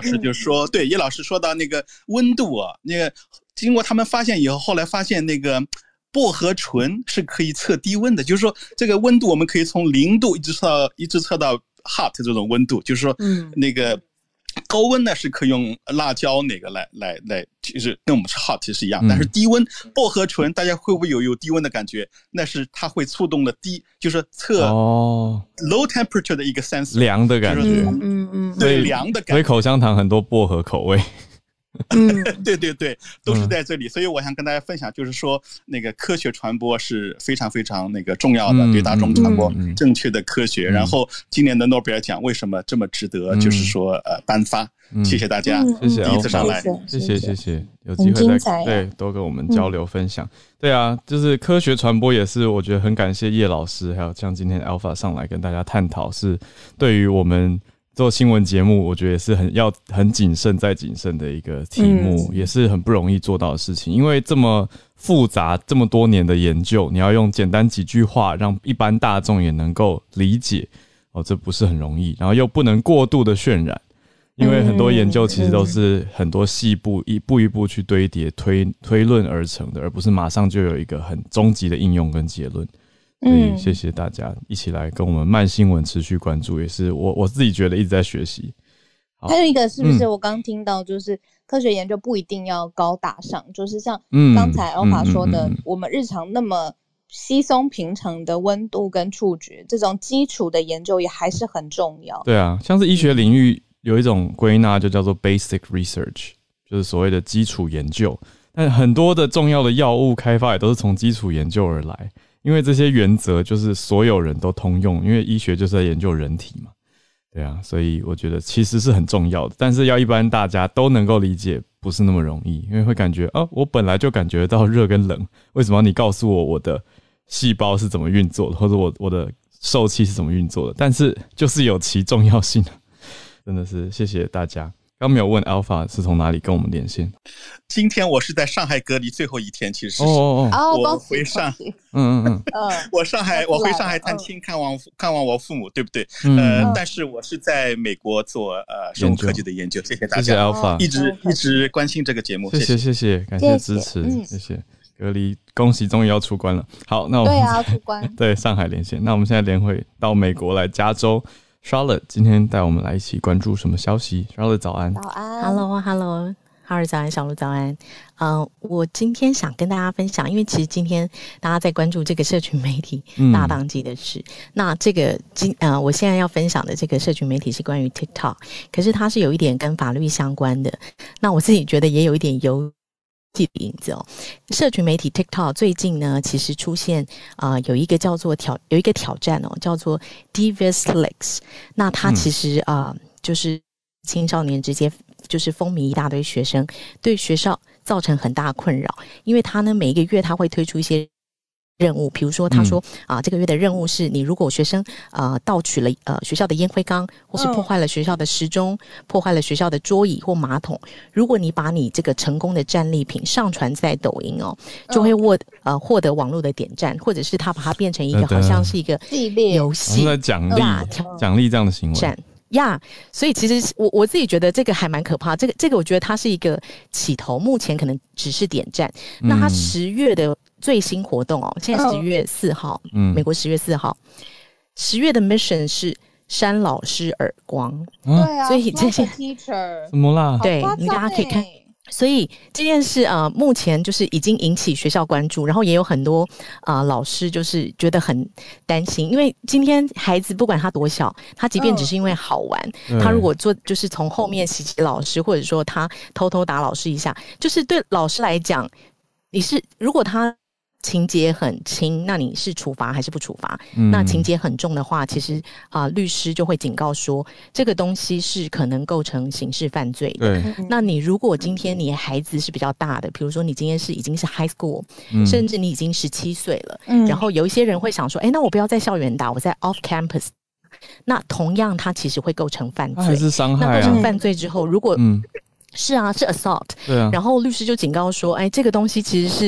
说，对叶老师说到那个温度啊，那个经过他们发现以后，后来发现那个薄荷醇是可以测低温的，就是说这个温度我们可以从零度一直测到一直测到 hot 这种温度，就是说那个高温呢是可以用辣椒那个来来来，就是跟我们是 hot 其实一样，但是低温薄荷醇大家会不会有有低温的感觉？那是它会触动了低，就是测 low temperature 的一个 sensor， 凉的感觉， 嗯嗯嗯， 对，凉的感觉。 所以口香糖很多薄荷口味。 嗯，对对对，都是在这里，所以我想跟大家分享，就是说那个科学传播是非常非常那个重要的，嗯、对大众传播正确的科学。嗯、然后今年的诺贝尔奖为什么这么值得，嗯、就是说呃颁发。嗯、谢谢大家， 谢谢第一次上来， 谢谢谢谢，有机会再、啊、对多跟我们交流分享。嗯、对啊，就是科学传播也是，我觉得很感谢叶老师，还有像今天 Alpha 上来跟大家探讨，是对于我们做新闻节目，我觉得也是很要很谨慎再谨慎的一个题目，嗯、也是很不容易做到的事情。因为这么复杂，这么多年的研究，你要用简单几句话让一般大众也能够理解，哦，这不是很容易。然后又不能过度的渲染，因为很多研究其实都是很多细部一步一步去堆叠推推论而成的，而不是马上就有一个很终极的应用跟结论。所以谢谢大家一起来跟我们慢新闻持续关注，也是我我自己觉得一直在学习。 还有一个是不是我刚听到，就是科学研究不一定要高大上，就是像刚才欧法说的，我们日常那么稀松平常的温度跟触觉，这种基础的研究也还是很重要。 对啊，像是医学领域有一种归纳就叫做 basic research， 就是所谓的基础研究。但很多的重要的药物开发也都是从基础研究而来。因为这些原则就是所有人都通用，因为医学就是在研究人体嘛，对啊，所以我觉得其实是很重要的，但是要一般大家都能够理解，不是那么容易，因为会感觉哦，我本来就感觉到热跟冷，为什么你告诉我我的细胞是怎么运作的，或者我我的受器是怎么运作的？但是就是有其重要性，真的是谢谢大家。刚没有问 Alpha 是从哪里跟我们连线？ 今天我是在上海隔离最后一天，其实是哦哦， 我回上， 嗯嗯嗯， 我上海我回上海探亲，看望看望我父母，对不对？嗯、呃，但是我是在美国做呃生物科技的研究，谢谢大家， 谢谢 Alpha， 一直一直关心这个节目， 谢谢谢谢，感谢支持，谢谢。谢谢隔离，恭喜终于要出关了。好，那我们对啊，出关对上海连线，那我们现在连回到美国来，加州。Charlotte 今天带我们来一起关注什么消息 ？Charlotte 早安， 早安 ，Hello Hello， 哈尔早安，小鹿早安。呃，我今天想跟大家分享，因为其实今天大家在关注这个社群媒体大当季的事。嗯、那这个今呃，我现在要分享的这个社群媒体是关于 TikTok， 可是它是有一点跟法律相关的。那我自己觉得也有一点游戏的影子哦。社群媒体 TikTok 最近呢，其实出现啊、呃、有一个叫做挑有一个挑战哦，叫做 Devious Leaks。那它其实啊、呃、就是青少年直接就是风靡一大堆学生，对学校造成很大的困扰，因为它呢每一个月它会推出一些任务，比如说他说啊、嗯呃，这个月的任务是你如果学生呃盗取了呃学校的烟灰缸，或是破坏了学校的时钟、嗯、破坏了学校的桌椅或马桶，如果你把你这个成功的战利品上传在抖音哦，就会获、嗯、呃获得网络的点赞，或者是他把它变成一个好像是一个游戏奖励奖励这样的行为。 呀、yeah, 所以其实我我自己觉得这个还蛮可怕，这个这个我觉得它是一个起头，目前可能只是点赞。嗯、那它十月的最新活动哦，现在十月四号，嗯，美国十月四号，十月的 mission 是扇老师耳光， 对啊， 所以这些 teacher 怎么啦？ 对，你大家可以看。所以这件事呃，目前就是已经引起学校关注，然后也有很多啊、呃、老师就是觉得很担心，因为今天孩子不管他多小，他即便只是因为好玩，嗯、他如果做就是从后面袭击老师，或者说他偷偷打老师一下，就是对老师来讲，你是如果他情节很轻，那你是处罚还是不处罚？嗯、那情节很重的话，其实啊、呃，律师就会警告说，这个东西是可能构成刑事犯罪的。 对， 那你如果今天你的孩子是比较大的，比如说你今天是已经是 high school，、嗯、甚至你已经十七岁了、嗯，然后有一些人会想说，哎，那我不要在校园打，我在 off campus。那同样，它其实会构成犯罪， 还是伤害啊？ 那构成犯罪之后，如果、嗯、是啊，是 assault， 对啊， 然后律师就警告说，哎，这个东西其实是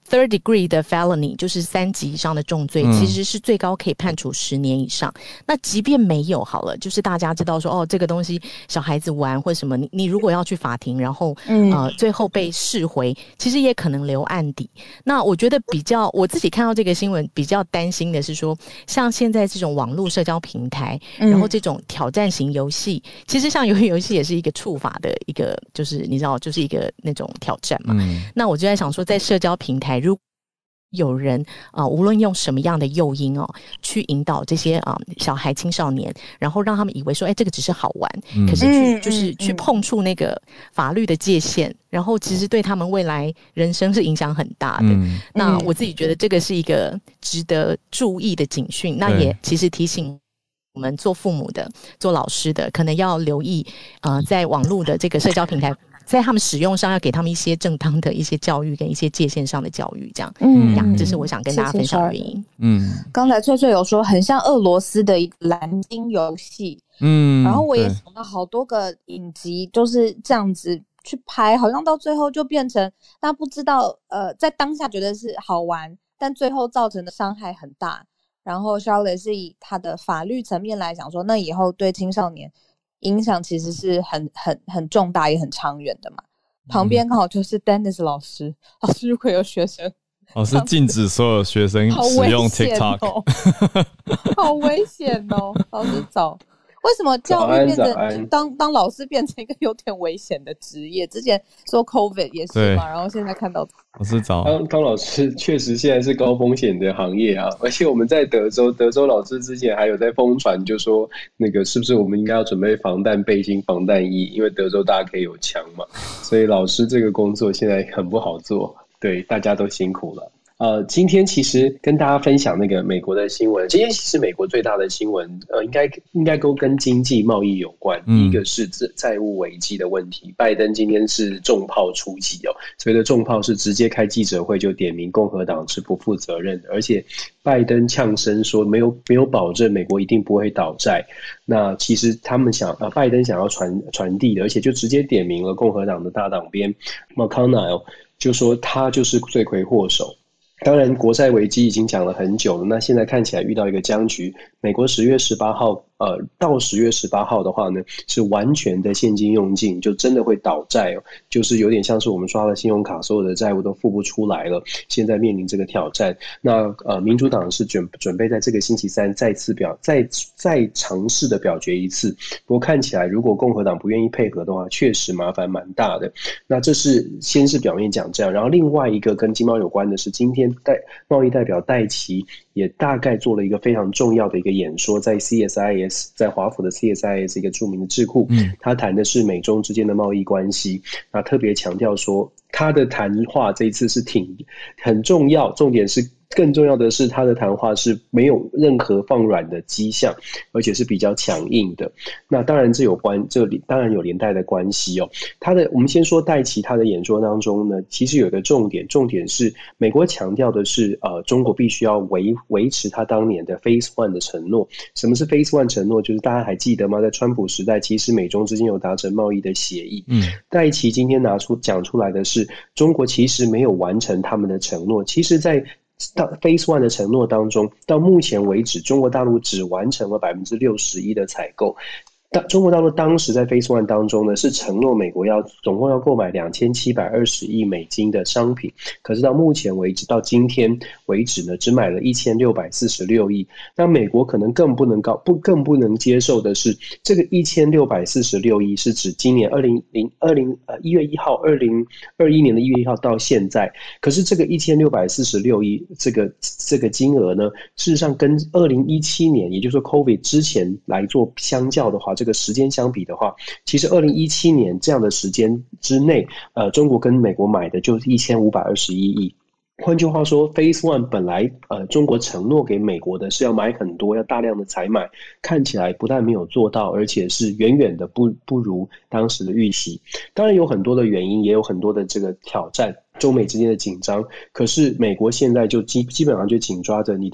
third degree 的 felony 就是三级以上的重罪、嗯、其实是最高可以判处十年以上。那即便没有好了，就是大家知道说哦这个东西小孩子玩或什么，你你如果要去法庭然后、嗯、呃最后被释回，其实也可能留案底。那我觉得比较我自己看到这个新闻比较担心的是说，像现在这种网络社交平台、嗯、然后这种挑战型游戏，其实像游戏游戏也是一个触法的一个，就是你知道就是一个那种挑战嘛、嗯、那我就在想说，在社交平台如果有人啊、呃，无论用什么样的诱因哦，去引导这些啊、呃、小孩青少年，然后让他们以为说，哎，这个只是好玩，嗯、可是去就是去碰触那个法律的界限，然后其实对他们未来人生是影响很大的。嗯、那我自己觉得这个是一个值得注意的警讯，那也其实提醒我们做父母的、做老师的，可能要留意啊、呃，在网络的这个社交平台。在他们使用上要给他们一些正当的一些教育跟一些界限上的教育，这样，嗯呀，这是我想跟大家分享的原因。嗯， 刚才翠翠有说很像俄罗斯的一个蓝鲸游戏，嗯，然后我也想到好多个影集就是这样子去拍，好像到最后就变成大家不知道，呃，在当下觉得是好玩，但最后造成的伤害很大。然后 Charlotte 是以他的法律层面来讲说，那以后对青少年影响其实是很很很重大也很长远的嘛。旁边刚好就是 Dennis 老师，老师如果有学生， 老师禁止所有学生使用 TikTok， 好危险哦！老师早。为什么教育变成当当老师变成一个有点危险的职业？之前说 COVID 也是嘛，然后现在看到老师早当当老师确实现在是高风险的行业啊，而且我们在德州，德州老师之前还有在疯传，就说那个是不是我们应该要准备防弹背心、防弹衣，因为德州大家可以有枪嘛，所以老师这个工作现在很不好做，对，大家都辛苦了。呃，今天其实跟大家分享那个美国的新闻。今天其实美国最大的新闻，呃，应该应该都跟经济贸易有关。第一个是债务危机的问题，拜登今天是重炮出击哦，所谓的重炮是直接开记者会就点名共和党是不负责任的，而且拜登呛声说没有没有保证美国一定不会倒债。那其实他们想呃，拜登想要传传递的，而且就直接点名了共和党的大党鞭 McConnell， 就说他就是罪魁祸首。当然国债危机已经讲了很久了，那现在看起来遇到一个僵局。美国十月十八号呃，到十月十八号的话呢，是完全的现金用尽，就真的会倒债哦，就是有点像是我们刷了信用卡，所有的债务都付不出来了，现在面临这个挑战。那呃，民主党是准准备在这个星期三再次表再再尝试的表决一次，不过看起来如果共和党不愿意配合的话，确实麻烦蛮大的。那这是先是表面讲这样，然后另外一个跟经贸有关的是，今天代贸易代表戴琪也大概做了一个非常重要的一个演说，在 C S I S， 在华府的 C S I S 一个著名的智库，嗯，他谈的是美中之间的贸易关系，那特别强调说他的谈话这一次是挺很重要，重点是更重要的是他的谈话是没有任何放软的迹象，而且是比较强硬的。那当然这有关这当然有连带的关系哦。他的我们先说戴琪他的演说当中呢，其实有一个重点，重点是美国强调的是呃中国必须要维维持他当年的 Phase One 的承诺。什么是 Phase One 承诺？就是大家还记得吗？在川普时代，其实美中之间有达成贸易的协议。嗯，戴琪今天拿出讲出来的是，中国其实没有完成他们的承诺。其实在到 Phase One 的承诺当中，到目前为止，中国大陆只完成了百分之六十一的采购。中国大陆当时在 Phase One 当中呢，是承诺美国要总共要购买两千七百二十亿美金的商品，可是到目前为止，到今天为止呢，只买了一千六百四十六亿。那美国可能更不能高不更不能接受的是，这个一千六百四十六亿是指今年二零零二零呃一月一号二零二一年的一月一号到现在，可是这个一千六百四十六亿这个这个金额呢，事实上跟二零一七年，也就是说 COVID 之前来做相较的话，这个时间相比的话，其实二零一七年这样的时间之内，呃，中国跟美国买的就是一千五百二十一亿。换句话说 Phase One 本来呃中国承诺给美国的是要买很多，要大量的采买，看起来不但没有做到，而且是远远的不不如当时的预期。当然有很多的原因，也有很多的这个挑战，中美之间的紧张，可是美国现在就基基本上就紧抓着你的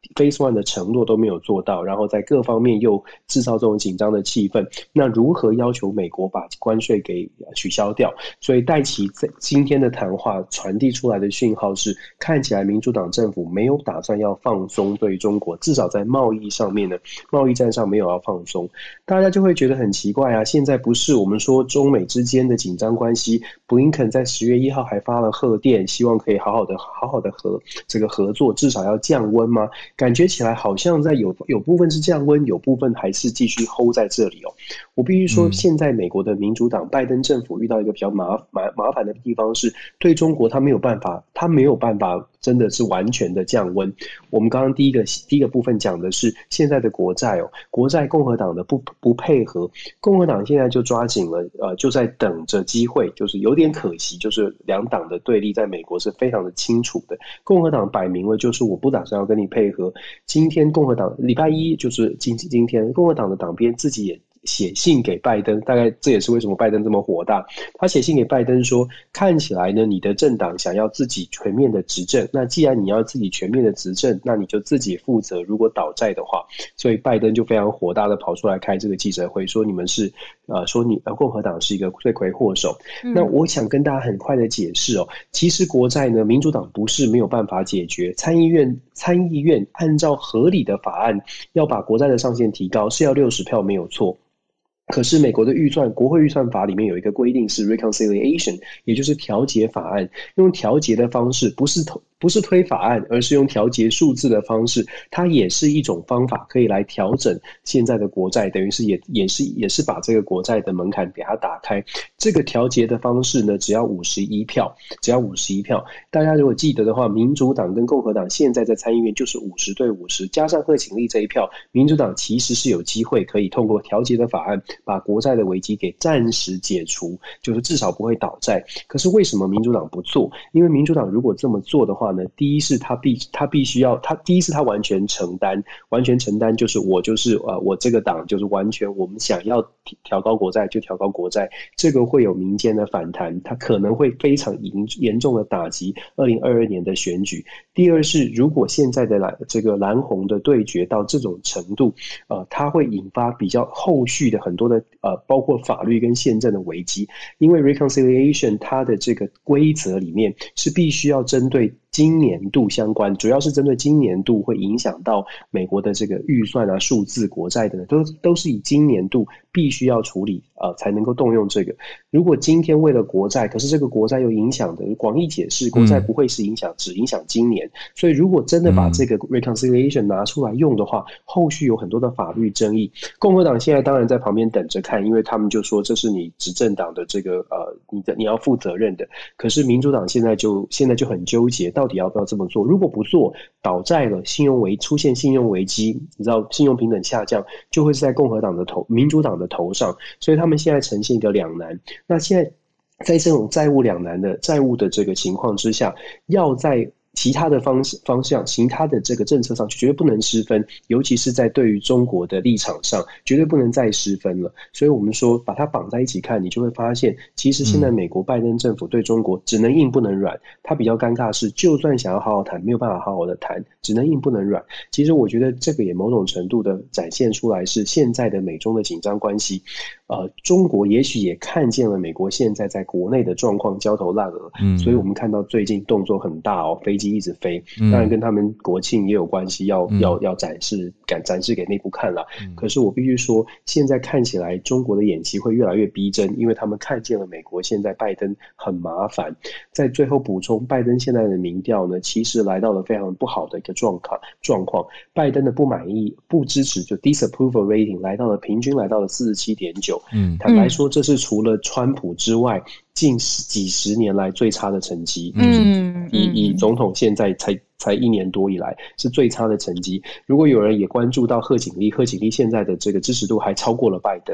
Phase One 的承诺都没有做到，然后在各方面又制造这种紧张的气氛，那如何要求美国把关税给取消掉？所以戴琪在今天的谈话传递出来的讯号是，看起来民主党政府没有打算要放松对中国，至少在贸易上面呢，贸易战上没有要放松。大家就会觉得很奇怪啊，现在不是我们说中美之间的紧张关系，布林肯在十月一号还发了贺电，希望可以好好的好好的合这个合作，至少要降温吗？感觉起来好像在有有部分是降温，有部分还是继续 hold 在这里哦。我必须说，现在美国的民主党拜登政府遇到一个比较麻麻麻烦的地方是，对中国他没有办法，他没有办法真的是完全的降温。我们刚刚第一个第一个部分讲的是现在的国债哦，国债共和党的不不配合，共和党现在就抓紧了，呃，就在等着机会，就是有点可惜，就是两党的对立在美国是非常的清楚的。共和党摆明了就是我不打算要跟你配合。今天共和党礼拜一就是今今天共和党的党鞭自己也写信给拜登，大概这也是为什么拜登这么火大。他写信给拜登说，看起来呢，你的政党想要自己全面的执政，那既然你要自己全面的执政，那你就自己负责，如果倒债的话。所以拜登就非常火大的跑出来开这个记者会，说你们是呃，说你呃共和党是一个罪魁祸首。嗯、那我想跟大家很快的解释哦，其实国债呢，民主党不是没有办法解决，参议院参议院按照合理的法案要把国债的上限提高，是要六十票没有错。可是美国的预算国会预算法里面有一个规定是 reconciliation， 也就是调节法案，用调节的方式，不是不是推法案，而是用调节数字的方式，它也是一种方法，可以来调整现在的国债，等于是也也是也是把这个国债的门槛给它打开。这个调节的方式呢，只要五十一票，只要五十一票。大家如果记得的话，民主党跟共和党现在在参议院就是五十对五十，加上贺锦丽这一票，民主党其实是有机会可以通过调节的法案，把国债的危机给暂时解除，就是至少不会倒债。可是为什么民主党不做？因为民主党如果这么做的话呢，第一是他必他必须要他第一是他完全承担，完全承担就是我就是呃我这个党就是完全我们想要调高国债就调高国债，这个会有民间的反弹，它可能会非常严严重的打击二零二二年的选举。第二是如果现在的蓝这个蓝红的对决到这种程度，呃，它会引发比较后续的很多的呃，包括法律跟宪政的危机，因为 reconciliation 它的这个规则里面是必须要针对今年度相关，主要是针对今年度会影响到美国的这个预算啊、数字、国债等等，都都是以今年度必须要处理呃才能够动用这个。如果今天为了国债，可是这个国债又影响的广义解释，国债不会是影响、嗯、只影响今年，所以如果真的把这个 reconciliation 拿出来用的话，后续有很多的法律争议。共和党现在当然在旁边等着看，因为他们就说这是你执政党的这个呃你的你要负责任的。可是民主党现在就现在就很纠结，到底要不要这么做？如果不做，倒债了，信用危出现信用危机，你知道信用平等下降，就会是在共和党的头、民主党的头上，所以他们现在呈现一个两难。那现在在这种债务两难的债务的这个情况之下，要在其他的方方向、其他的这个政策上绝对不能失分，尤其是在对于中国的立场上，绝对不能再失分了。所以我们说把它绑在一起看，你就会发现，其实现在美国拜登政府对中国只能硬不能软。他比较尴尬的是，就算想要好好谈，没有办法好好的谈，只能硬不能软。其实我觉得这个也某种程度的展现出来是现在的美中的紧张关系。呃，中国也许也看见了美国现在在国内的状况焦头烂额，嗯，所以我们看到最近动作很大哦，飞机一直飞，当然跟他们国庆也有关系，要、嗯、要要展示展展示给内部看了、嗯。可是我必须说，现在看起来中国的演习会越来越逼真，因为他们看见了美国现在拜登很麻烦。在最后补充，拜登现在的民调呢，其实来到了非常不好的一个状况状况，拜登的不满意、不支持就 disapproval rating 来到了平均来到了四十七点九。嗯，坦白说，这是除了川普之外近几十年来最差的成绩。嗯，以以总统现在才才一年多以来是最差的成绩。如果有人也关注到贺锦丽，贺锦丽现在的这个支持度还超过了拜登。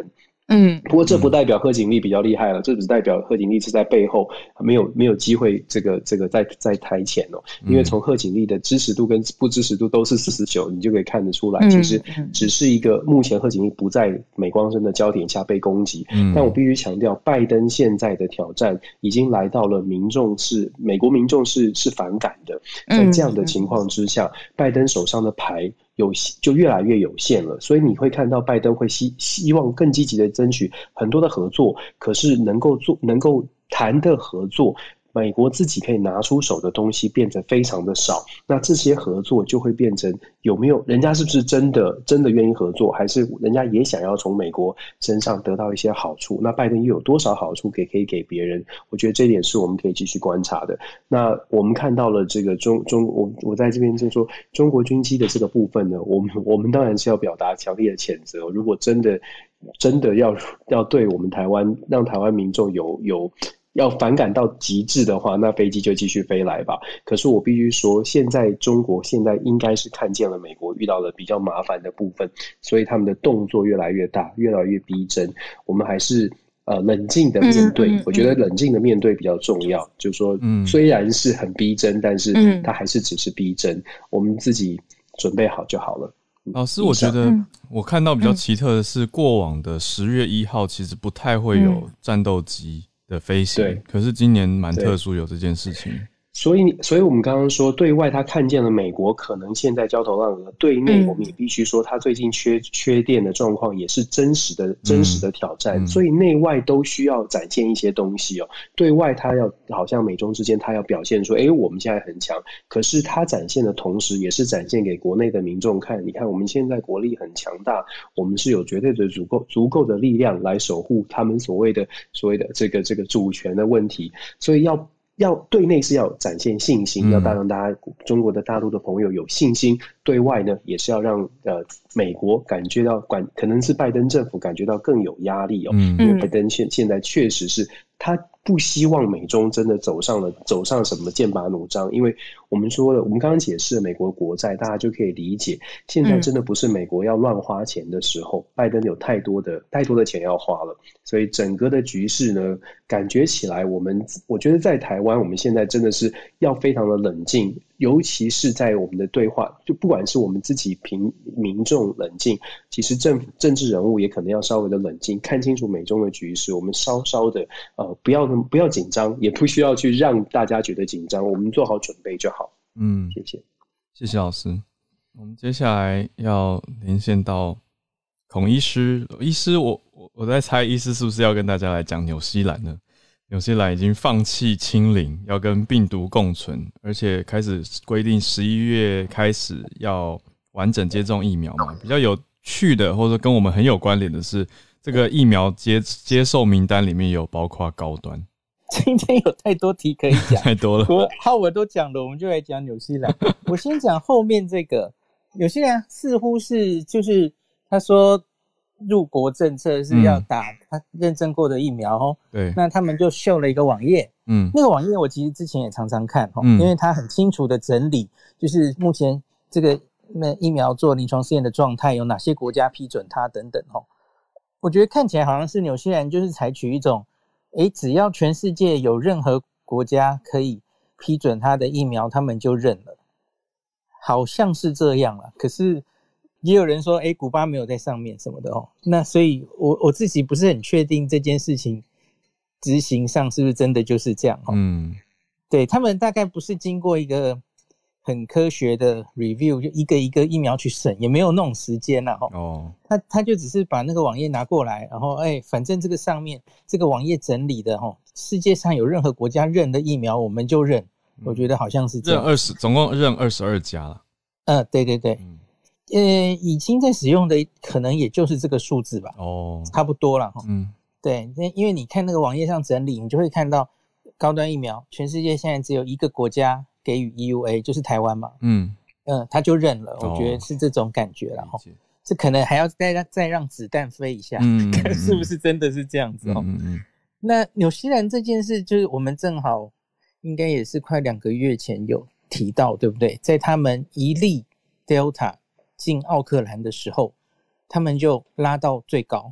嗯， 不过这不代表贺锦丽比较厉害了，这只代表贺锦丽是在背后没有没有机会这个这个在在台前哦，因为从贺锦丽的支持度跟不支持度都是四十九，你就可以看得出来，其实只是一个目前贺锦丽不在镁光灯的焦点下被攻击，嗯，但我必须强调，拜登现在的挑战已经来到了民众是美国民众是是反感的，在这样的情况之下，拜登手上的牌有就越来越有限了，所以你会看到拜登会希希望更积极的争取很多的合作，可是能够做能够谈的合作，美国自己可以拿出手的东西变得非常的少，那这些合作就会变成有没有人家是不是真的真的愿意合作，还是人家也想要从美国身上得到一些好处，那拜登又有多少好处给可以给别人，我觉得这点是我们可以继续观察的。那我们看到了这个中中我我在这边就说中国军机的这个部分呢，我们我们当然是要表达强烈的谴责，如果真的真的要要对我们台湾让台湾民众有有要反感到极致的话，那飞机就继续飞来吧。可是我必须说，现在中国现在应该是看见了美国遇到了比较麻烦的部分，所以他们的动作越来越大，越来越逼真。我们还是呃冷静的面对，嗯嗯嗯、我觉得冷静的面对比较重要。就是说，虽然是很逼真，但是它还是只是逼真，我们自己准备好就好了。 老师，我觉得我看到比较奇特的是，过往的十月一号其实不太会有战斗机的飞行，对，可是今年蛮特殊，有这件事情。 所以，所以我们刚刚说，对外他看见了美国可能现在焦头烂额，对内我们也必须说，他最近缺缺电的状况也是真实的、真实的挑战。嗯、所以内外都需要展现一些东西哦。对外他要好像美中之间他要表现说，哎，我们现在很强。可是他展现的同时，也是展现给国内的民众看。你看，我们现在国力很强大，我们是有绝对的足够足够的力量来守护他们所谓的所谓的这个这个主权的问题。所以要。要对内是要展现信心，要让大家中国的大陆的朋友有信心；对外呢，也是要让呃美国感觉到，感可能是拜登政府感觉到更有压力哦，嗯、因为拜登现现在确实是他不希望美中真的走上了走上什么剑拔弩张，因为我们说了，我们刚刚解释了美国国债，大家就可以理解，现在真的不是美国要乱花钱的时候，嗯、拜登有太多的太多的钱要花了，所以整个的局势呢，感觉起来我们我觉得在台湾，我们现在真的是要非常的冷静，尤其是在我们的对话，就不管是我们自己平民众冷静，其实政府政治人物也可能要稍微的冷静，看清楚美中的局势，我们稍稍的呃不要不要紧张，也不需要去让大家觉得紧张，我们做好准备就好。嗯，谢谢， 谢谢老师。我们接下来要连线到孔医师，医师我我我在猜，医师是不是要跟大家来讲纽西兰呢？纽西兰已经放弃清零，要跟病毒共存，而且开始规定十一月开始要完整接种疫苗嘛。比较有趣的，或者跟我们很有关联的是，这个疫苗接接受名单里面有包括高端。 今天有太多题可以讲， 太多了。 我浩文都讲了，我们就来讲纽西兰。我先讲后面这个，纽西兰似乎是就是他说。入国政策是要打他认证过的疫苗哦、嗯，对，那他们就秀了一个网页，嗯，那个网页我其实之前也常常看哦、嗯，因为它很清楚的整理，就是目前这个疫苗做临床试验的状态，有哪些国家批准它等等哦。我觉得看起来好像是纽西兰就是采取一种，诶，只要全世界有任何国家可以批准它的疫苗，他们就认了，好像是这样啦，可是。也有人说，哎，古巴没有在上面什么的哦，那所以我我自己不是很确定这件事情执行上是不是真的就是这样哦。嗯，对他们大概不是经过一个很科学的 review， 就一个一个疫苗去审，也没有那种时间啦哦。哦，他他就只是把那个网页拿过来，然后哎，反正这个上面这个网页整理的哦，世界上有任何国家认的疫苗我们就认，嗯、我觉得好像是这样。 认二十，总共认二十二家了。 嗯、呃，对对对。嗯呃，已经在使用的可能也就是这个数字吧，哦，差不多啦。嗯，对，因为你看那个网页上整理，你就会看到高端疫苗，全世界现在只有一个国家给予 E U A， 就是台湾嘛，嗯嗯，他就认了，哦、我觉得是这种感觉啦。齁，这可能还要再让再让子弹飞一下，嗯，看是不是真的是这样子哦。嗯 嗯, 嗯，那纽西兰这件事，就是我们正好应该也是快两个月前有提到，对不对？在他们一例 Delta。进奥克兰的时候，他们就拉到最高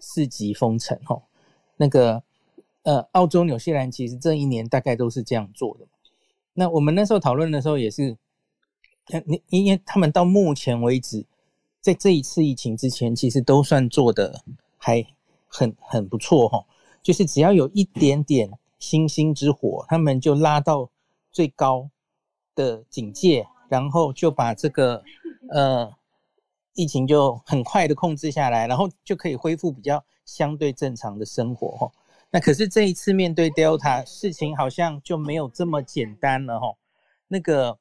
四级封城哦。那个呃，澳洲、纽西兰其实这一年大概都是这样做的。那我们那时候讨论的时候也是，因为他们到目前为止，在这一次疫情之前，其实都算做的还很很不错哦。就是只要有一点点星星之火，他们就拉到最高的警戒，然后就把这个呃疫情就很快的控制下来，然后就可以恢复比较相对正常的生活哦。那可是这一次面对 Delta 事情好像就没有这么简单了哦。那个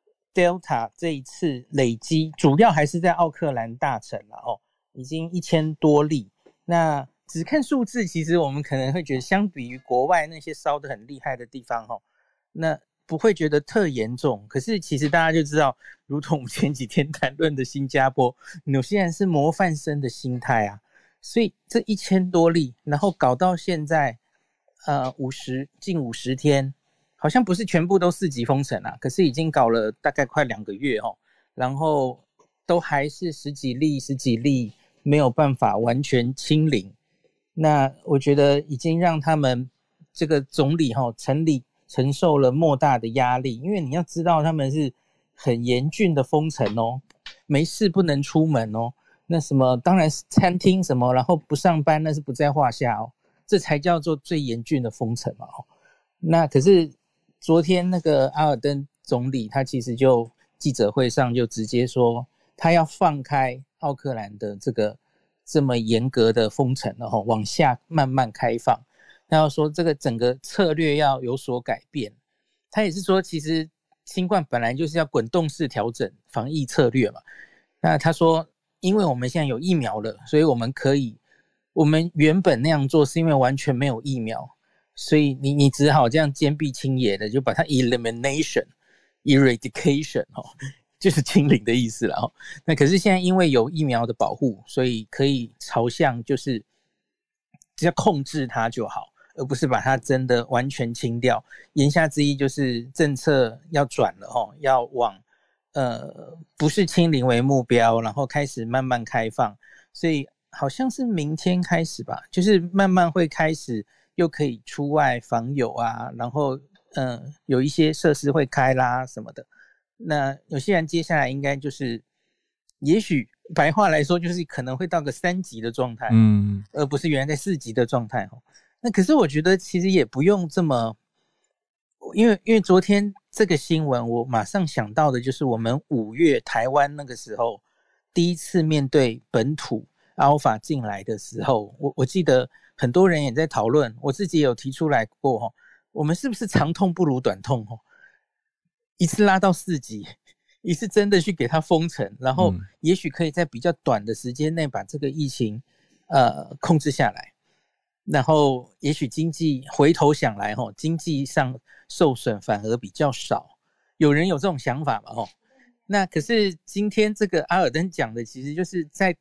Delta 这一次累积主要还是在奥克兰大城了哦，已经一千多例。那只看数字，其实我们可能会觉得相比于国外那些烧得很厉害的地方哦，那不会觉得特严重。可是其实大家就知道，如同我们前几天谈论的新加坡、纽西兰是模范生的心态啊。所以这一千多例，然后搞到现在，呃，五十近五十天，好像不是全部都四级封城啊，可是已经搞了大概快两个月哦，然后都还是十几例、十几例，没有办法完全清零。那我觉得已经让他们这个总理哈、哦、城里承受了莫大的压力，因为你要知道他们是很严峻的封城哦，没事不能出门哦。那什么，当然餐厅什么，然后不上班那是不在话下哦，这才叫做最严峻的封城嘛哦。那可是昨天那个阿尔登总理他其实就记者会上就直接说，他要放开奥克兰的这个这么严格的封城了哦，往下慢慢开放。他要说这个整个策略要有所改变。他也是说，其实新冠本来就是要滚动式调整防疫策略嘛。那他说，因为我们现在有疫苗了，所以我们可以，我们原本那样做是因为完全没有疫苗，所以你你只好这样坚壁清野的就把它 elimination eradication 哦，就是清零的意思了哦。那可是现在因为有疫苗的保护，所以可以朝向就是只要控制它就好，而不是把它真的完全清掉。言下之意就是政策要转了哦，要往呃，不是清零为目标，然后开始慢慢开放，所以好像是明天开始吧，就是慢慢会开始又可以出外访友啊，然后嗯、呃，有一些设施会开啦什么的。那有些人接下来应该就是，也许白话来说就是可能会到个三级的状态，嗯，而不是原来在四级的状态哦。那可是我觉得其实也不用这么。因为因为昨天这个新闻，我马上想到的就是我们五月台湾那个时候第一次面对本土 Alpha 进来的时候，我我记得很多人也在讨论，我自己也有提出来过，我们是不是长痛不如短痛，一次拉到四级，一次真的去给它封城，然后也许可以在比较短的时间内把这个疫情呃控制下来。然后也许经济回头想来齁，经济上受损反而比较少，有人有这种想法嘛齁。那可是今天这个阿尔登讲的其实就是在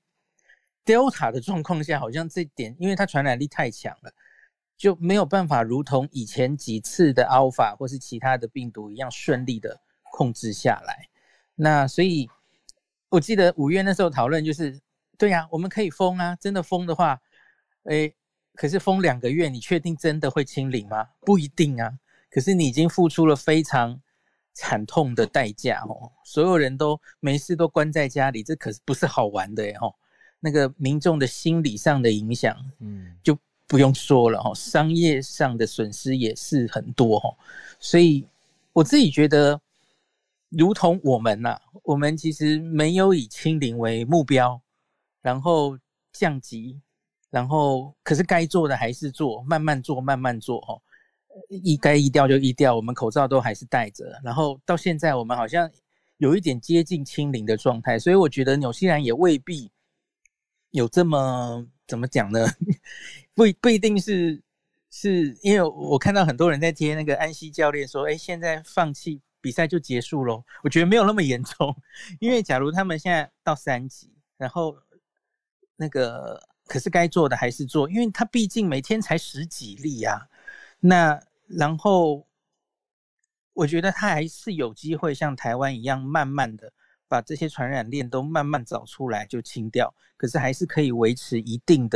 Delta 的状况下，好像这点因为它传染力太强了，就没有办法如同以前几次的 Alpha 或是其他的病毒一样顺利的控制下来。那所以我记得五月那时候讨论就是对啊，我们可以封啊，真的封的话诶可是封两个月，你确定真的会清零吗？不一定啊。可是你已经付出了非常惨痛的代价哦，所有人都没事都关在家里，这可是不是好玩的耶哦。那个民众的心理上的影响，嗯，就不用说了哦，商业上的损失也是很多哦。所以我自己觉得，如同我们呐、啊，我们其实没有以清零为目标，然后降级。然后可是该做的还是做，慢慢做慢慢做齁，一该疫调就疫调，我们口罩都还是戴着，然后到现在我们好像有一点接近清零的状态，所以我觉得纽西兰也未必有这么怎么讲呢不不一定是是因为我看到很多人在贴那个安西教练说诶现在放弃比赛就结束咯，我觉得没有那么严重，因为假如他们现在到三级，然后那个可是该做的还是做，因为他毕竟每天才十几例啊。那然后我觉得他还是有机会像台湾一样慢慢的把这些传染链都慢慢找出来就清掉，可是还是可以维持一定的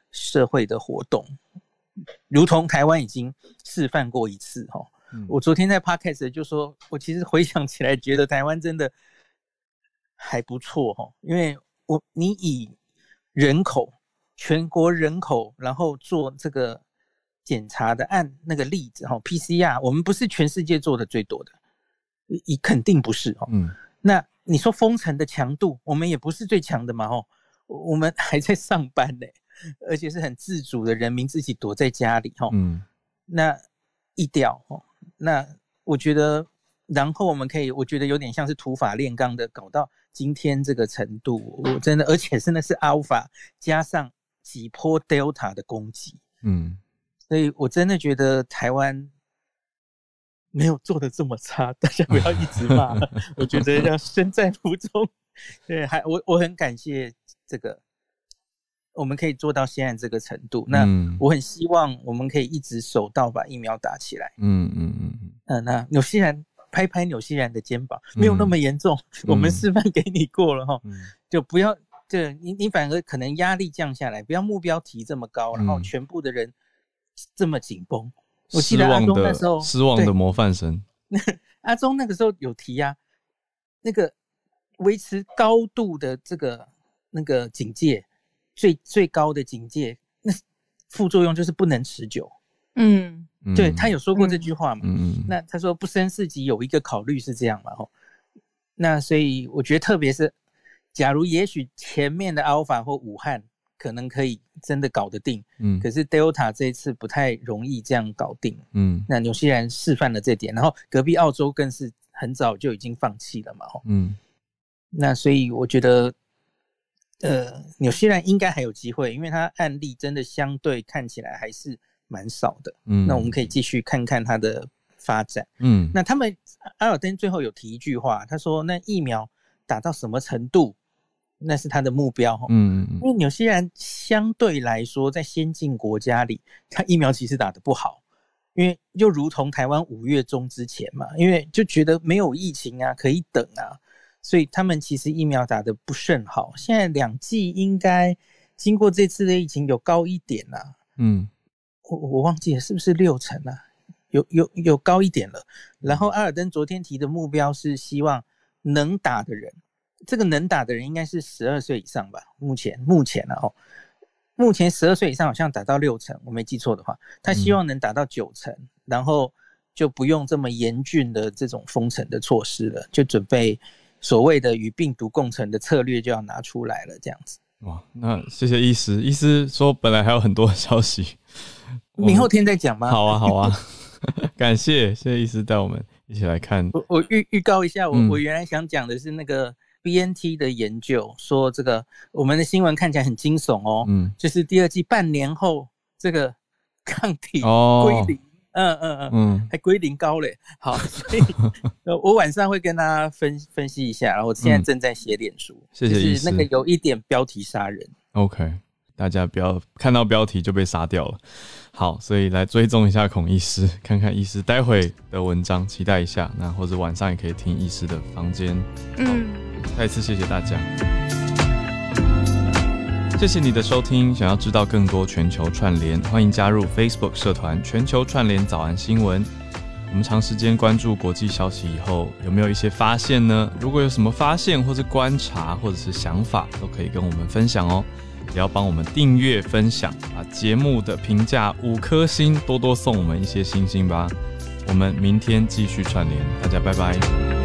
社会的活动，如同台湾已经示范过一次齁。嗯、我昨天在 Podcast 就说，我其实回想起来觉得台湾真的还不错齁，因为我你以人口全国人口然后做这个检查的按那个例子齁 P C R 我们不是全世界做的最多的，你肯定不是齁。嗯，那你说封城的强度我们也不是最强的嘛齁，我们还在上班呢，而且是很自主的人民自己躲在家里齁。嗯，那疫调齁，那我觉得然后我们可以我觉得有点像是土法炼钢的搞到今天这个程度，我真的而且真的是 Alpha 加上几波 Delta 的攻击。嗯，所以我真的觉得台湾没有做得这么差，大家不要一直骂我觉得要身在福中。对，还我我很感谢这个我们可以做到现在这个程度，那我很希望我们可以一直守到把疫苗打起来。嗯嗯嗯嗯，那纽西兰拍拍纽西兰的肩膀，没有那么严重，嗯、我们示范给你过了齁、嗯，就不要对你你反而可能压力降下来，不要目标提这么高，然后全部的人这么紧绷。我记得阿中那时候失望的模范生， 阿中那个时候有提啊，那个维持高度的这个那个警戒，最最高的警戒，那副作用就是不能持久。嗯，对，他有说过这句话嘛。嗯，那他说不胜四级有一个考虑是这样嘛，吼。那所以我觉得特别是，假如也许前面的 Alpha 或武汉可能可以真的搞得定，嗯，可是 Delta 这一次不太容易这样搞定。嗯，那纽西兰示范了这点，然后隔壁澳洲更是很早就已经放弃了嘛，吼。嗯，那所以我觉得。呃，纽西兰应该还有机会，因为它案例真的相对看起来还是蛮少的。嗯，那我们可以继续看看它的发展。嗯，那他们阿尔登最后有提一句话，他说：“那疫苗打到什么程度，那是他的目标。”嗯，因为纽西兰相对来说，在先进国家里，它疫苗其实打得不好，因为就如同台湾五月中之前嘛，因为就觉得没有疫情啊，可以等啊。所以他们其实疫苗打得不甚好，现在两剂应该经过这次的疫情有高一点啊，嗯，我我忘记了是不是六成啊，有有有高一点了。然后阿尔登昨天提的目标是希望能打的人，这个能打的人应该是十二岁以上吧，目前目前啊哦，目前十二岁以上好像打到六成，我没记错的话，他希望能打到九成，嗯、然后就不用这么严峻的这种封城的措施了，就准备。所谓的与病毒共存的策略就要拿出来了，这样子。 哇，那谢谢医师。医师说本来还有很多消息， 明后天再讲吗？ 好啊，好啊，感谢谢谢医师带我们一起来看。 我我预预告一下，我、嗯、我原来想讲的是那个 B N T 的研究，说这个我们的新闻看起来很惊悚哦，嗯，就是第二季半年后这个抗体归零。哦嗯嗯嗯嗯，还归零高嘞，好，所以我晚上会跟大家分分析一下，然后我现在正在写脸书，嗯、谢谢医师，就是那个有一点标题杀人 ，OK， 大家不要看到标题就被杀掉了，好，所以来追踪一下孔医师，看看医师待会的文章，期待一下，那或者晚上也可以听医师的房间，嗯，再一次谢谢大家。谢谢你的收听，想要知道更多全球串联，欢迎加入 Facebook 社团全球串联早安新闻。我们长时间关注国际消息以后，有没有一些发现呢？如果有什么发现或是观察或者是想法，都可以跟我们分享哦。也要帮我们订阅分享，把节目的评价五颗星多多送我们一些星星吧。我们明天继续串联，大家拜拜。